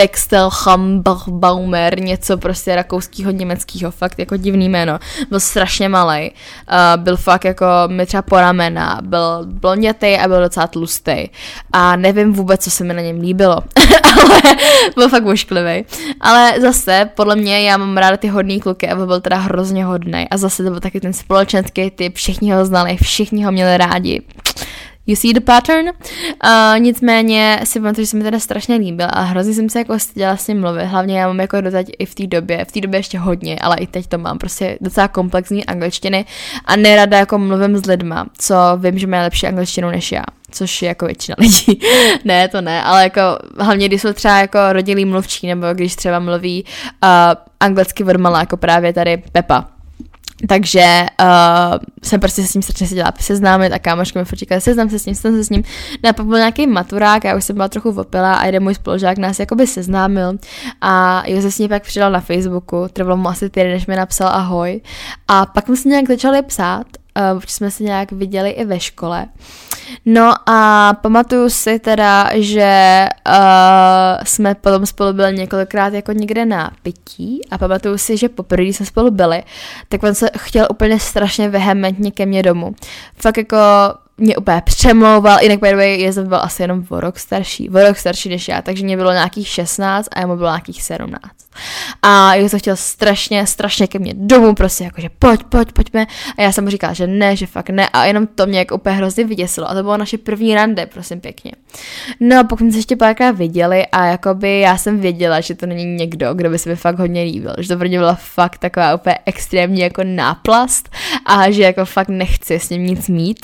Wechselhambach-Baumer, něco prostě rakouskýho, německýho, fakt jako divný jméno, byl strašně malej, byl fakt jako mi třeba po ramena, byl blondětej a byl docela tlustej a nevím vůbec, co se mi na něm líbilo, ale byl fakt ošklivý, ale zase, podle mě, já mám ráda ty hodný kluky a byl teda hrozně hodnej a zase to byl taky ten společenský typ, všichni ho znali, všichni ho měli rádi. You see the pattern? Nicméně si pamatuju, že se mi teda strašně líbil a hrozně jsem se jako styděla s ním mluvit. Hlavně já mám jako doteď i v té době ještě hodně, ale i teď to mám prostě docela komplexní angličtiny a nerada jako mluvím s lidma, co vím, že mají lepší angličtinu než já. Což je jako většina lidí. Ne, to ne, ale jako hlavně, když jsou třeba jako rodilí mluvčí, nebo když třeba mluví anglicky odmala, jako právě tady Pepa. Takže jsem prostě se s ním strašně seděla seznámit a kámoška mi furt říkala, seznam se s ním. No a pak byl nějaký maturák, já už jsem byla trochu opila a jeden můj spolužák nás jakoby seznámil a Josef s ní pak přidal na Facebooku, trvalo mu asi týden, než mi napsal ahoj a pak jsme si nějak začali psát, protože jsme se nějak viděli i ve škole. No a pamatuju si teda, že jsme potom spolu byli několikrát jako někde na pití a pamatuju si, že poprvé, když jsme spolu byli, tak on se chtěl úplně strašně vehementně ke mně domů. Fakt jako mě úplně přemlouval, jinak by the way, Josef byl asi jenom o rok starší než já, takže mě bylo nějakých 16 a jemu bylo nějakých 17. A Josef chtěl strašně ke mně domů, prostě jakože pojďme. A já jsem mu říkala, že ne, že fakt ne. A jenom to mě jako úplně hrozně vyděsilo. A to bylo naše první rande, prosím pěkně. No a pokud jsme se ještě párkrát viděli a jakoby já jsem věděla, že to není někdo, kdo by se mi fakt hodně líbil. Že to pro mě byla fakt taková úplně extrémní jako náplast a že jako fakt nechci s ním nic mít.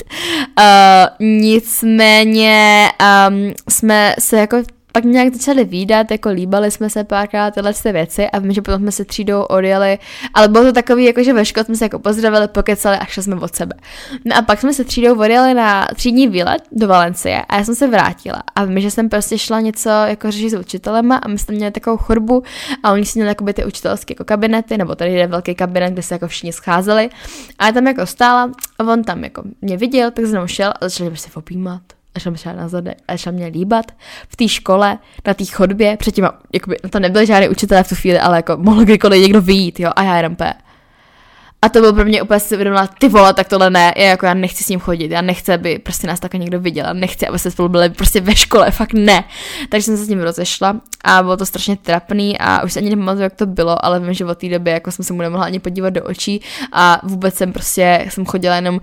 Nicméně jsme se jako pak nějak začali vídat, jako líbali jsme se párkrát tyhle věci a vím, že potom jsme se třídou odjeli, ale bylo to takový, jako že ve škole jsme se jako pozdravili, pokecali a šli jsme od sebe. No a pak jsme se třídou odjeli na třídní výlet do Valencie a já jsem se vrátila a vím, že jsem prostě šla něco jako řešit s učitelema a my jsme měli takovou chodbu a oni si měli jakoby ty učitelské jako kabinety, nebo tady je velký kabinet, kde se jako všichni scházeli a já tam jako stála a on tam jako mě viděl, tak se mnou šel a začal prostě objímat. A šel mi třeba na zadek, a šel mě líbat v té škole, na té chodbě, předtím, jakoby, to nebyl žádný učitel v tu chvíli, ale jako mohl kdykoliv někdo vyjít, jo, a já jenom pé. A to bylo pro mě úplně si uvědomila, ty vole, tak tohle ne, já nechci s ním chodit, já nechci, aby prostě nás takhle někdo viděl, nechci, aby se spolu byli prostě ve škole, fakt ne. Takže jsem se s ním rozešla a bylo to strašně trapný a už se ani nepamatuju, jak to bylo, ale vím, že od té doby jako jsem se mu nemohla ani podívat do očí a vůbec jsem chodila jenom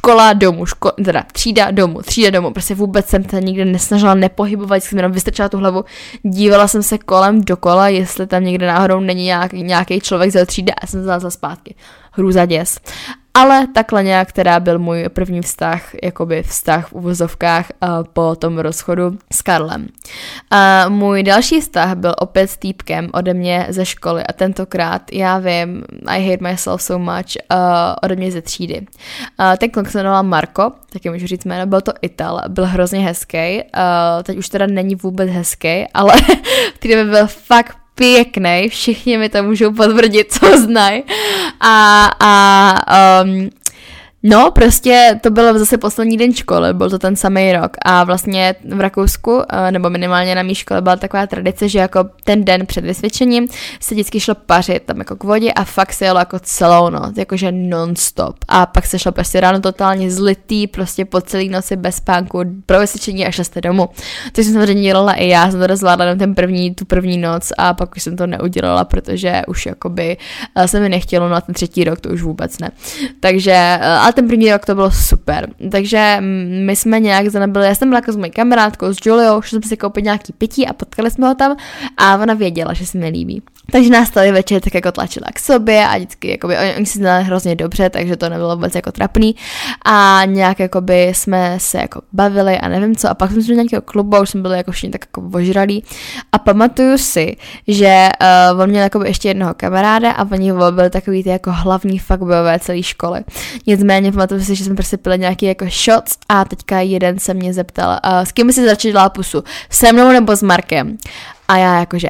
třída domů, prostě vůbec jsem se nikdy nesnažila nepohybovat, jsem jenom vystrčila tu hlavu, dívala jsem se kolem dokola, jestli tam někde náhodou není nějaký člověk ze třídy a jsem zalezla zpátky. Hrůza děs. Ale takhle nějak teda byl můj první vztah, jakoby vztah v uvozovkách po tom rozchodu s Karlem. Můj další vztah byl opět s týpkem ode mě ze školy a tentokrát, já vím, I hate myself so much, ode mě ze třídy. Ten kluk se jmenoval Marko, taky můžu říct jméno, byl to Ital, byl hrozně hezký, teď už teda není vůbec hezký, ale v té době byl fakt pěknej, všichni mi to můžou potvrdit, co znají. No, prostě to byl zase poslední den školy, byl to ten samý rok a vlastně v Rakousku, nebo minimálně na mý škole byla taková tradice, že jako ten den před vysvědčením se vždycky šlo pařit tam jako k vodě a fakt se jelo jako celou noc, jakože non-stop a pak se šlo prostě ráno totálně zlitý, prostě po celý noci bez spánku pro vysvědčení a šli jste domů. To jsem samozřejmě dělala i já, jsem to rozvládla jenom tu první noc a pak už jsem to neudělala, protože už jakoby se mi nechtělo, no a ten třetí rok to už vůbec ne. Takže ten první rok to bylo super, takže my jsme nějak zanabili, já jsem byla jako s mojí kamarádkou, s Juliou, šli jsme si koupit nějaký pití a potkali jsme ho tam a ona věděla, že se mi líbí. Takže nás tady večer tak jako tlačila k sobě a vždycky jakoby, oni si znali hrozně dobře, takže to nebylo vůbec jako trapný a nějak jakoby jsme se jako bavili a nevím co a pak jsme šli do nějakého klubu a už jsme byli jako všichni tak jako ožralí a pamatuju si, že on měl jakoby ještě jednoho kamaráda a oni byli takový ty jako hlavní fuckboyové celé školy. Nicméně pamatuju si, že jsme prostě pili nějaký jako shots a teďka jeden se mě zeptal, s kým si začala pusu, se mnou nebo s Markem? A já jakože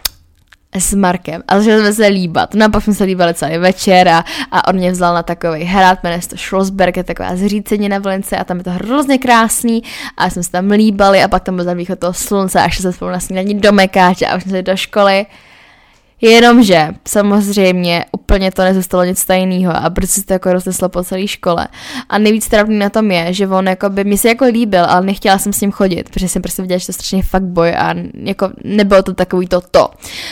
s Markem. A začali jsme se líbat. No a pak jsme se líbali celý večer a on mě vzal na takový hrad, jmenuje se to Schlossberg, je taková zřícení na Vlince a tam je to hrozně krásný a jsme se tam líbali a pak tam byl východ toho slunce a šli jsme spolu na snídaní do Mekáče a už jsme se do školy. Jenomže samozřejmě úplně to nezůstalo nic tajného a prostě se to jako rozneslo po celé škole. A nejvíc trapný na tom je, že on jako by mi se jako líbil, ale nechtěla jsem s ním chodit, protože jsem prostě viděla, že to je strašně fuckboy a jako nebylo to takový to.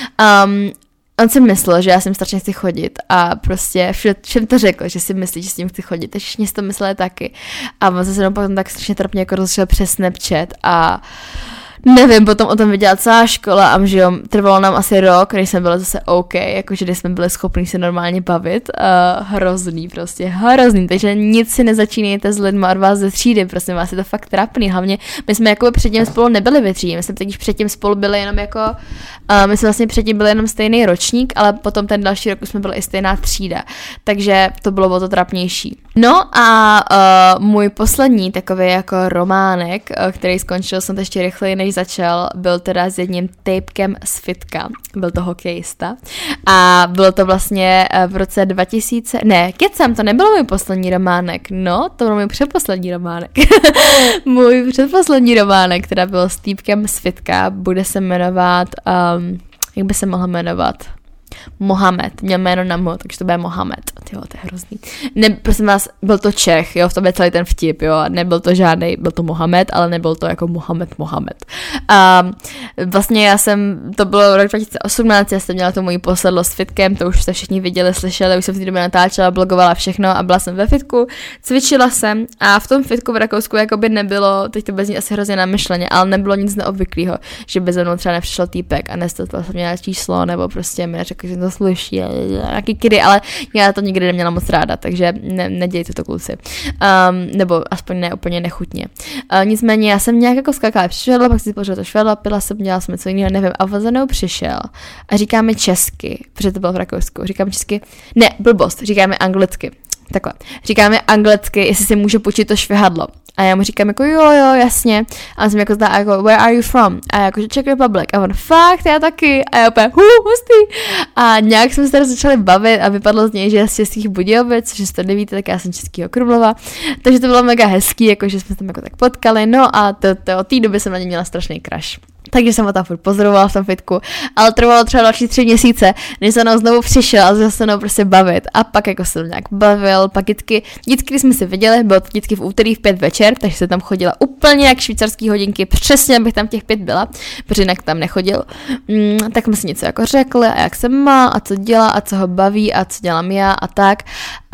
On si myslel, že já s ním strašně chci chodit a prostě všem to řekl, že si myslí, že s ním chci chodit, takže všichni si to mysleli taky. A on se mnou potom tak strašně trapně jako rozšel přes Snapchat a nevím, potom o tom viděla celá škola a že jo, trvalo nám asi rok, než jsme byli zase OK, jakože když jsme byli schopni se normálně bavit, hrozný, takže nic si nezačínejte s lidma od vás ze třídy, prosím vás, je to fakt trapný, hlavně my jsme jako předtím spolu nebyli ve třídě, my jsme teď předtím spolu byli jenom jako, my jsme vlastně předtím byli jenom stejný ročník, ale potom ten další rok už jsme byli i stejná třída, takže to bylo o to trapnější. No a můj poslední takový jako románek, který skončil jsem to ještě rychleji, než začal, byl teda s jedním týpkem z Fitka, byl to hokejista a bylo to vlastně v roce 2000, kecám, to nebyl můj poslední románek, no, to byl můj předposlední románek. Můj předposlední románek, teda byl s týpkem z Fitka, bude se jmenovat, jak by se mohl jmenovat? Mohamed, měl jméno na Mo, takže to bude Mohamed. Tyjo, to je hrozný. Ne, prosím vás, byl to Čech, jo, v tom je celý ten vtip, jo, nebyl to žádnej, byl to Mohamed, ale nebyl to jako Mohamed. Vlastně to bylo rok 2018, já jsem měla tu moji posedlost s Fitkem, to už jste všichni viděli, slyšeli, už jsem v té době natáčela, blogovala všechno a byla jsem ve Fitku, cvičila jsem a v tom Fitku v Rakousku jakoby nebylo, teď to bez ní asi hrozně namyšleně, ale nebylo nic neobvyklého, že by ze mnou třeba nepřišel týpek a nestoupil jsem měla číslo, nebo prostě mi řekl, že to sluší, nějaký kidy, ale já to nikdy neměla moc ráda, takže nedějte to kluci. Nebo aspoň ne úplně nechutně. Nicméně já jsem nějak jako skakala přišla, pak si pořád to švedla, pila jsem, dělala jsem něco jiného, nevím, a on za mnou přišel a říká mi česky, protože to bylo v Rakousku, říká mi česky, ne, blbost, říká mi anglicky. Takhle. Říkáme anglicky, jestli si může počít to švihadlo. A já mu říkám jako jo, jasně. A on se mi jako zdá jako where are you from? A já jako Czech Republic. A on fakt, já taky. A já úplně hustý. A nějak jsme se tady začali bavit a vypadlo z něj, že je z Českých Budějovic, že to nevíte, tak já jsem Českýho Krumlova. Takže to bylo mega hezký, jako že jsme se tam jako tak potkali. No a od té doby jsem na ně měla strašný crush. Takže jsem ho tam furt pozorovala v tom Fitku, ale trvalo třeba další 3 měsíce, než se mnou znovu přišel a zase se mnou prostě bavit. A pak jako se nějak bavil, pak vždycky, když jsme si viděli, bylo to vždycky v úterý v 5 večer, takže se tam chodila úplně jak švýcarský hodinky, přesně abych tam těch 5 byla, protože jinak tam nechodil. Tak jsme si něco jako řekli a jak se má a co dělá a co ho baví a co dělám já a tak.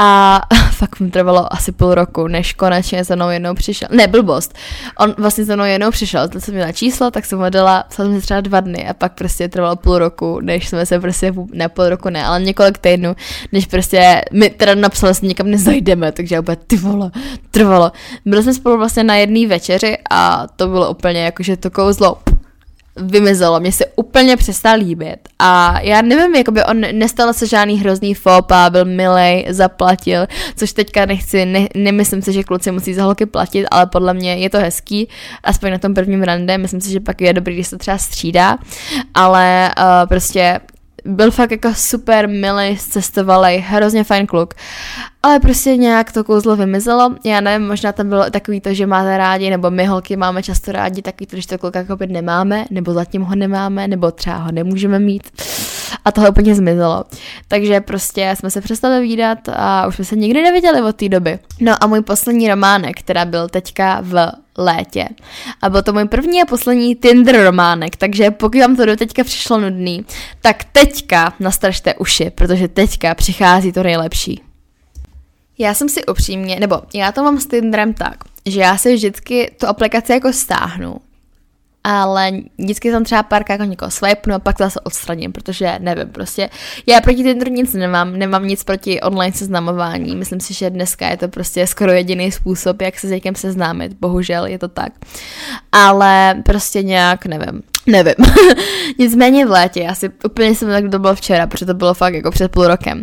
A fakt mi trvalo asi půl roku, než konečně se mnou jednou přišel. Ne, blbost. On vlastně se mnou jednou přišel, to jsem měla číslo, tak jsem ho dala, psala jsem si třeba 2 dny a pak prostě trvalo půl roku, než jsme se prostě, ne půl roku ne, ale několik týdnů, než prostě my teda napsali, že nikam nezajdeme, takže já úplně ty vole, trvalo. Byli jsme spolu vlastně na jedné večeři a to bylo úplně jako, že to kouzlo vymizelo, mě se úplně přestal líbit a já nevím, jakoby on nestal se žádný hrozný fópa, byl milej, zaplatil, což teďka nemyslím si, že kluci musí za holky platit, ale podle mě je to hezký, aspoň na tom prvním rande, myslím si, že pak je dobrý, když se to třeba střídá, ale prostě byl fakt jako super milý, cestovalej, hrozně fajn kluk. Ale prostě nějak to kouzlo vymizelo. Já nevím, možná tam bylo takový to, že máte rádi, nebo my holky máme často rádi takový to, když to kluka jako nemáme, nebo zatím ho nemáme, nebo třeba ho nemůžeme mít. A toho úplně zmizelo. Takže prostě jsme se přestali vídat a už jsme se nikdy neviděli od té doby. No a můj poslední románek, která byl teďka v létě. A byl to můj první a poslední Tinder románek, takže pokud vám to do teďka přišlo nudný, tak teďka nastražte uši, protože teďka přichází to nejlepší. Já jsem si upřímně, nebo já to mám s Tinderem tak, že já si vždycky tu aplikaci jako stáhnu ale vždycky tam třeba párkrát jako někoho swipenu a pak to zase odstraním, protože nevím, prostě já proti Tinderu nic nemám nic proti online seznamování, myslím si, že dneska je to prostě skoro jediný způsob, jak se s někým seznámit, bohužel je to tak, ale prostě nějak nevím. Nicméně v létě, asi úplně jsem tak, to bylo včera, protože to bylo fakt jako před půl rokem,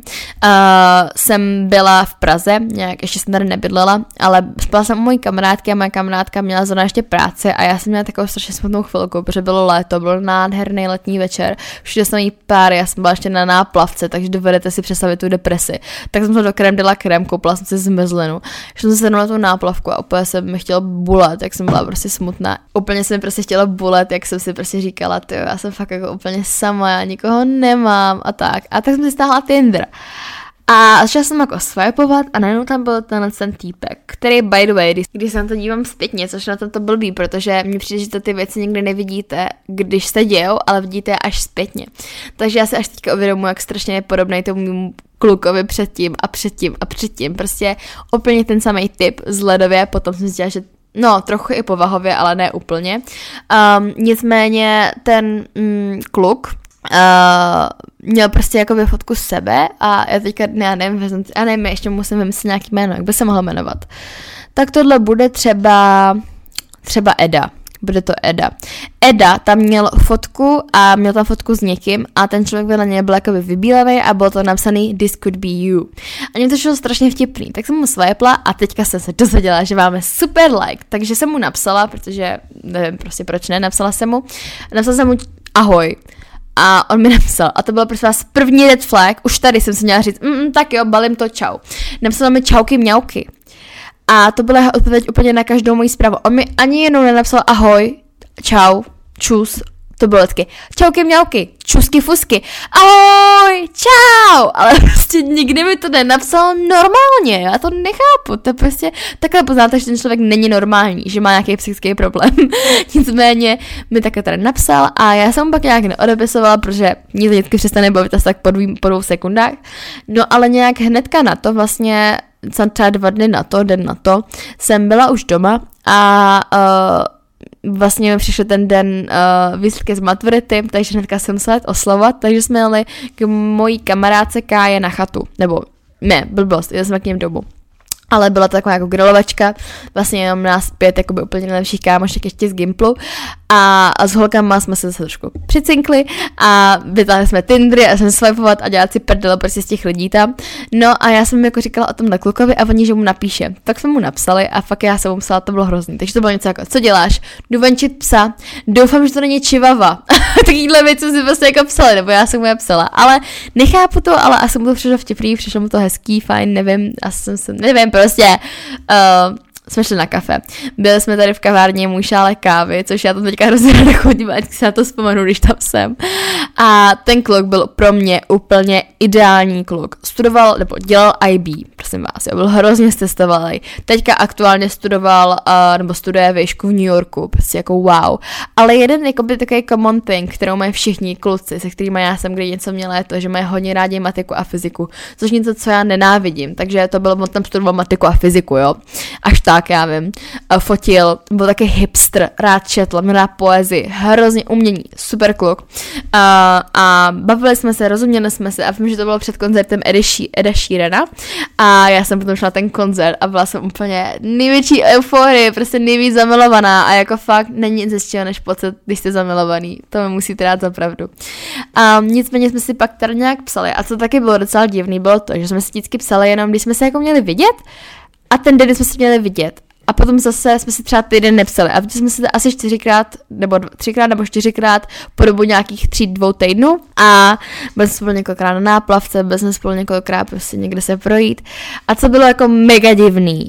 jsem byla v Praze, nějak ještě jsem tady nebydlela, ale spala jsem u mojí kamarádky a moje kamarádka měla zrovna ještě práci a já jsem měla takovou strašně smutnou chvilku, protože bylo léto, byl nádherný letní večer, všude jsem jí pár, já jsem byla ještě na náplavce, takže dovedete si představit tu depresi. Tak jsem to do krém dala krém, koupila jsem si zmrzlinu, šla jsem se na tu náplavku a úplně jsem mi chtěla bulet, jak jsem byla prostě smutná. Úplně jsem prostě chtěla bulet, jak jsem si prostě říkala, tyjo, já jsem fakt jako úplně sama, já nikoho nemám a tak. A tak jsem si stáhla Tinder. A začala jsem jako swipovat a najednou tam byl ten týpek, který by the way, když se na to dívám zpětně, což na to blbý, protože mně přijde, že to ty věci nikdy nevidíte, když se dějou, ale vidíte je až zpětně. Takže já si až teďka uvědomuji, jak strašně je podobný tomu klukovi předtím. Prostě úplně ten samý typ vzhledově, potom jsem zjistila, že no, trochu i povahově, ale ne úplně. Nicméně ten kluk měl prostě jako fotku sebe a já teďka, nevím, ještě musím vymyslet nějaký jméno, jak by se mohlo jmenovat. Tak tohle bude třeba Eda. Bude to Eda. Eda tam měl fotku a měl tam fotku s někým a ten člověk vedle něj byl jakoby vybílený a bylo to napsaný This could be you. A mě to šlo strašně vtipný, tak jsem mu swipla a teďka jsem se dozvěděla, že máme super like, takže jsem mu napsala, protože nevím prostě proč ne, napsala jsem mu ahoj. A on mi napsal, a to bylo prostě vás první red flag, už tady jsem si měla říct, tak jo, balím to, čau. Napsal mi čauky mňauky. A to byla jeho odpověď úplně na každou moji zprávu. On mi ani jednou nenapsal ahoj, čau, čus, to bylo vždycky čauky mňauky, čusky fusky, ahoj, čau, ale prostě nikdy mi to nenapsal normálně, já to nechápu, to prostě takhle poznáte, že ten člověk není normální, že má nějaký psychický problém. Nicméně mi takhle tady napsal a já jsem mu pak nějak neodepisovala, protože mě to vždycky přestane bavit asi tak po 2 sekundách, no ale nějak hnedka na to vlastně, třeba 2 dny na to, den na to, jsem byla už doma a vlastně mi přišel ten den výsledky z maturity, takže hnedka jsem musela oslavovat, takže jsme jeli k mojí kamarádce Káje na chatu, nebo ne, blbost, jeli jsme k něm domů. Ale byla to taková jako grilovačka, vlastně jenom nás 5 jakoby úplně nejlepších kámošek ještě z Gimplu a s holkama jsme se zase trošku přicinkli a vytáhli jsme Tindery a jsem swipovat a dělat si prdele prostě z těch lidí tam. No a já jsem mu jako říkala o tom na klukovi a oni, že mu napíše. Tak jsme mu napsali a fakt já jsem mu psala, to bylo hrozný. Takže to bylo něco jako, co děláš? Jdu venčit psa, doufám, že to není čivava. Takovýhle věci si prostě jako psali, nebo já jsem mu je psala. Ale nechápu to, ale asi mu to přišlo vtipný, přišlo mu to hezký, fajn, nevím, nevím, prostě jsme šli na kafe. Byli jsme tady v kavárně Můj šálek kávy, což já tam teďka hrozně ráda chodím, ať si na to vzpomenu, když tam jsem. A ten kluk byl pro mě úplně ideální kluk. Studoval, nebo dělal IB, prosím vás, byl hrozně testovalý. Teďka aktuálně studoval, nebo studuje výšku v New Yorku, prostě jako wow. Ale jeden jakoby takový common thing, kterou mají všichni kluci, se kterými já jsem kdy něco měla, je to, že mají hodně rádi matiku a fyziku, což něco, co já nenávidím. Takže to bylo, on tam studoval matiku a fyziku, jo. Až tak, já vím. Fotil, byl taky hipster, rád četl, měl rád poezii, hrozně umění, super kluk. A bavili jsme se, rozuměli jsme se a vím, že to bylo před koncertem Eda Sheerana a já jsem potom šla na ten koncert a byla jsem úplně největší euforie, prostě nejvíc zamilovaná a jako fakt není nic hezčího než pocit, když jste zamilovaný, to mi musíte dát za pravdu. A nicméně jsme si pak tady nějak psali a co taky bylo docela divný, bylo to, že jsme si vždycky psali jenom, když jsme se jako měli vidět a ten den jsme se měli vidět. A potom zase jsme si třeba týden nepsali. A viděli jsme se asi 4krát, nebo 3krát, nebo 4krát po dobu nějakých 3-2 týdnů. A byli jsme spolu několikrát na náplavce, byli jsme spolu několikrát prostě někde se projít. A co bylo jako mega divný,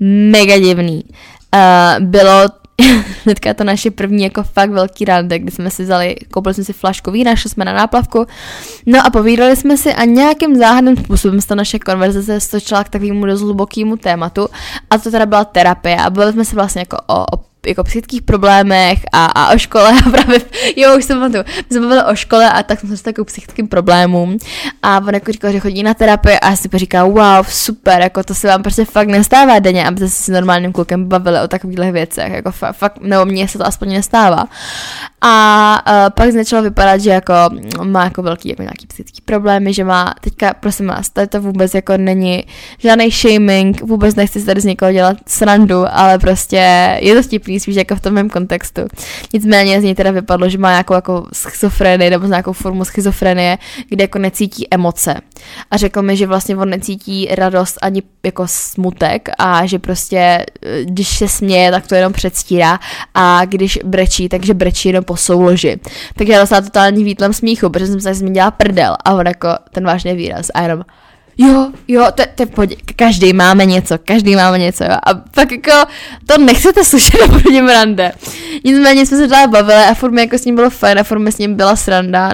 bylo hnedka to naše první jako fakt velký rande, kdy jsme si vzali, koupili jsme si flašku vína, šli jsme na náplavku, no a povídali jsme si a nějakým záhadným způsobem se ta naše konverzace stočila k takovému dost hlubokému tématu a to teda byla terapie a bavili jsme se vlastně jako o jako psychických problémech a o škole a právě, jo, už jsem pamatuju, my jsme bavili o škole a tak jsme se takovým psychickým problémům a on jako říkal, že chodí na terapii a já si říkal, wow, super, jako to se vám prostě fakt nestává denně, abyste se s normálním klukem bavili o takových věcech, jako fakt, nebo mně se to aspoň nestává. A pak začalo vypadat, že jako má jako velký jako nějaký psychický problémy, že má teďka, prosím vás, tady to vůbec jako není žádný shaming, vůbec nechci si tady z někoho dělat srandu, ale prostě je to vtipný, spíš jako v tom mém kontextu. Nicméně z něj teda vypadlo, že má nějakou jako schizofrenii nebo nějakou formu schizofrenie, kde jako necítí emoce. A řekl mi, že vlastně on necítí radost ani jako smutek a že prostě, když se směje, tak to jenom předstírá a když brečí, takže brečí jenom po souloži. Takže já dostala totální výtlem smíchu, protože jsem se s ním dělala prdel a on jako ten vážný výraz a jenom jo, každý máme něco, jo. A pak jako to nechcete slyšet na prvním rande. Nicméně jsme se tady bavili a furt mi jako s ním bylo fajn a furt mi s ním byla sranda,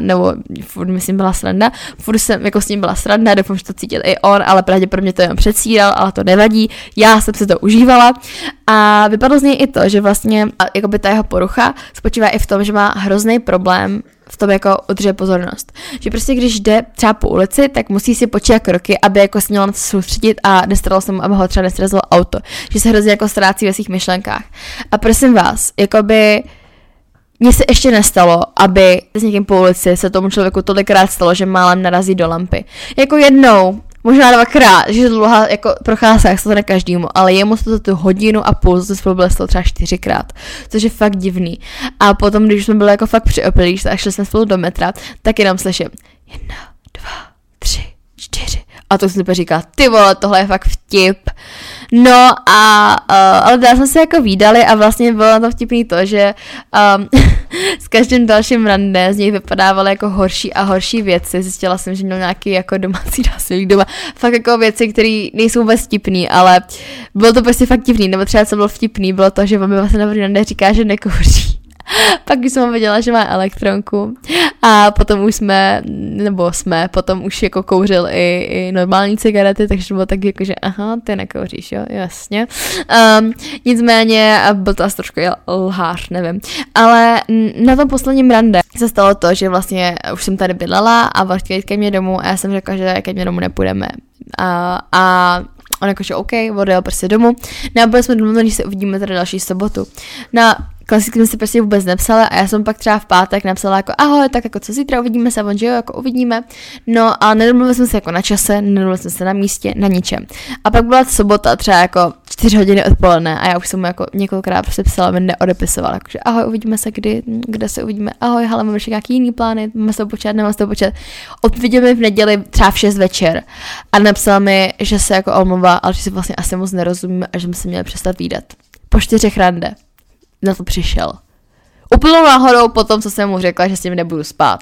furt jsem jako s ním byla sranda, doufám, že to cítil i on, ale pravděpodobně to jenom předstíral, ale to nevadí, já jsem si to užívala a vypadlo z něj i to, že vlastně jakoby ta jeho porucha spočívá i v tom, že má hrozný problém v tom jako udržet pozornost. Že prostě když jde třeba po ulici, tak musí si počítat kroky, aby jako se měl na to soustředit a nestaralo se mu, aby ho třeba nestrazilo auto. Že se hrozně jako ztrácí ve svých myšlenkách. A prosím vás, jakoby mně se ještě nestalo, aby s někým po ulici se tomu člověku tolikrát stalo, že málem narazí do lampy. Jako jednou, možná dvakrát, že to dlouhá jako procházka, jak se to ne každému, ale jemu se to tu hodinu a půl, to spolu bylo třeba 4krát, což je fakt divný. A potom, když jsme byli jako fakt přiopilí a šli jsme spolu do metra, tak jenom slyším 1, 2, 3, 4. A to jsem si říká, ty vole, tohle je fakt vtip. No ale dál jsme se jako vídali a vlastně bylo to vtipný to, že s každým dalším rande z něj vypadávaly jako horší a horší věci. Zjistila jsem, že měl nějaký jako domácí násilí doma. Fakt jako věci, které nejsou vůbec vtipný, ale bylo to prostě fakt vtipný. Nebo třeba co bylo vtipný, bylo to, že on mi vlastně na první rande říká, že nekouří. Pak už jsem viděla, že má elektronku a potom už potom už jako kouřil i normální cigarety, takže to bylo tak jako, že aha, ty nekouříš, jo, jasně. Nicméně byl to asi trošku lhář, nevím. Ale na tom posledním rande se stalo to, že vlastně už jsem tady bydlela a on chtěl jít ke mně domů a já jsem řekla, že ke mně domů nepůjdeme. A on jakože OK, odjel prostě domů. No a byli jsme domluveni, že se uvidíme tady další sobotu. Klasicky jsme si prostě vůbec nepsali a já jsem pak třeba v pátek napsala jako ahoj, tak jako co zítra uvidíme se, on že jo, jako uvidíme. No a nedomluvili jsme se jako na čase, nedomluvili jsme se na místě, na ničem. A pak byla sobota třeba jako 4 hodiny odpoledne a já už jsem mu jako několikrát prostě psala, mi neodepisovala, jakože ahoj, uvidíme se kde se uvidíme, ahoj, hele, máme ještě nějaký jiný plány, máme se nemáme se počítat. Odpověděl mi v neděli třeba v 6 večer a napsal mi, že se jako omlouvá, ale že si vlastně asi moc nerozumíme a že jsme se měli přestat vídat. Po 4 rande na to přišel. Úplnou náhodou po tom, co jsem mu řekla, že s ním nebudu spát.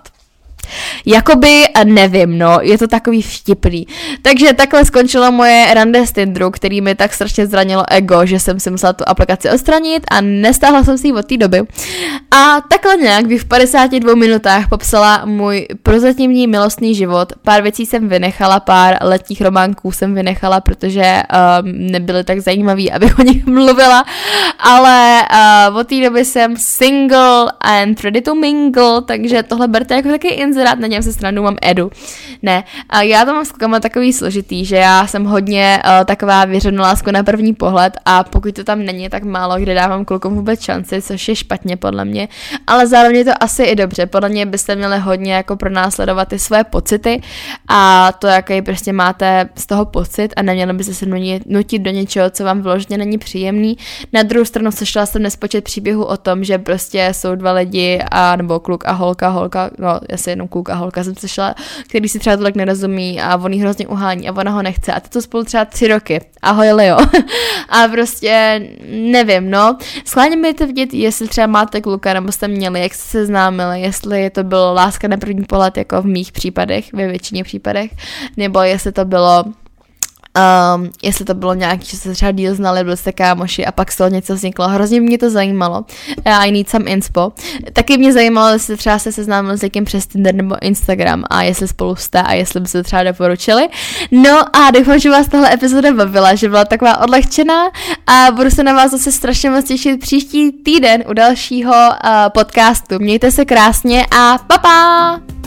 Jakoby, nevím, no, je to takový vtipný. Takže takhle skončilo moje rande z Tinderu, který mi tak strašně zranilo ego, že jsem si musela tu aplikaci odstranit a nestáhla jsem si ji od té doby. A takhle nějak bych v 52 minutách popsala můj prozatímní milostný život. Pár věcí jsem vynechala, pár letních románků jsem vynechala, protože nebyly tak zajímavý, abych o nich mluvila, ale od té doby jsem single and ready to mingle, takže tohle berte jako taky inzerát, na něm se stranu mám Edu. Ne, a já to mám s klukama takový složitý, že já jsem hodně taková věřená láska na první pohled a pokud to tam není, tak málo kde dávám klukům vůbec šanci, což je špatně podle mě, ale zároveň je to asi i dobře. Podle mě byste měli hodně jako pronásledovat ty své pocity a to, jaký prostě máte z toho pocit a neměli byste se nutit do něčeho, co vám vyloženě není příjemný. Na druhou stranu sešla jsem nespočet příběhů o tom, že prostě jsou dva lidi a nebo kluk a holka, no asi jenom kluk a holka jsem sešla, který si třeba tolik nerozumí a on jí hrozně uhání a ona ho nechce a ty to spolu třeba 3 roky. Ahoj Leo. A prostě nevím, no. Schválně mi to vidět, jestli třeba máte kluka nebo jste měli, jak jste se známili, jestli to bylo láska na první pohled jako v mých případech, ve většině případech, nebo jestli to bylo Jestli to bylo nějaký, že se třeba díl znali, byli jste kámoši a pak z toho něco vzniklo. Hrozně mě to zajímalo. I need some inspo. Taky mě zajímalo, jestli třeba se seznámili s někým přes Tinder nebo Instagram a jestli spolu jste a jestli by se třeba doporučili. No a doufám, že vás tahle epizoda bavila, že byla taková odlehčená a budu se na vás zase strašně moc těšit příští týden u dalšího podcastu. Mějte se krásně a pa!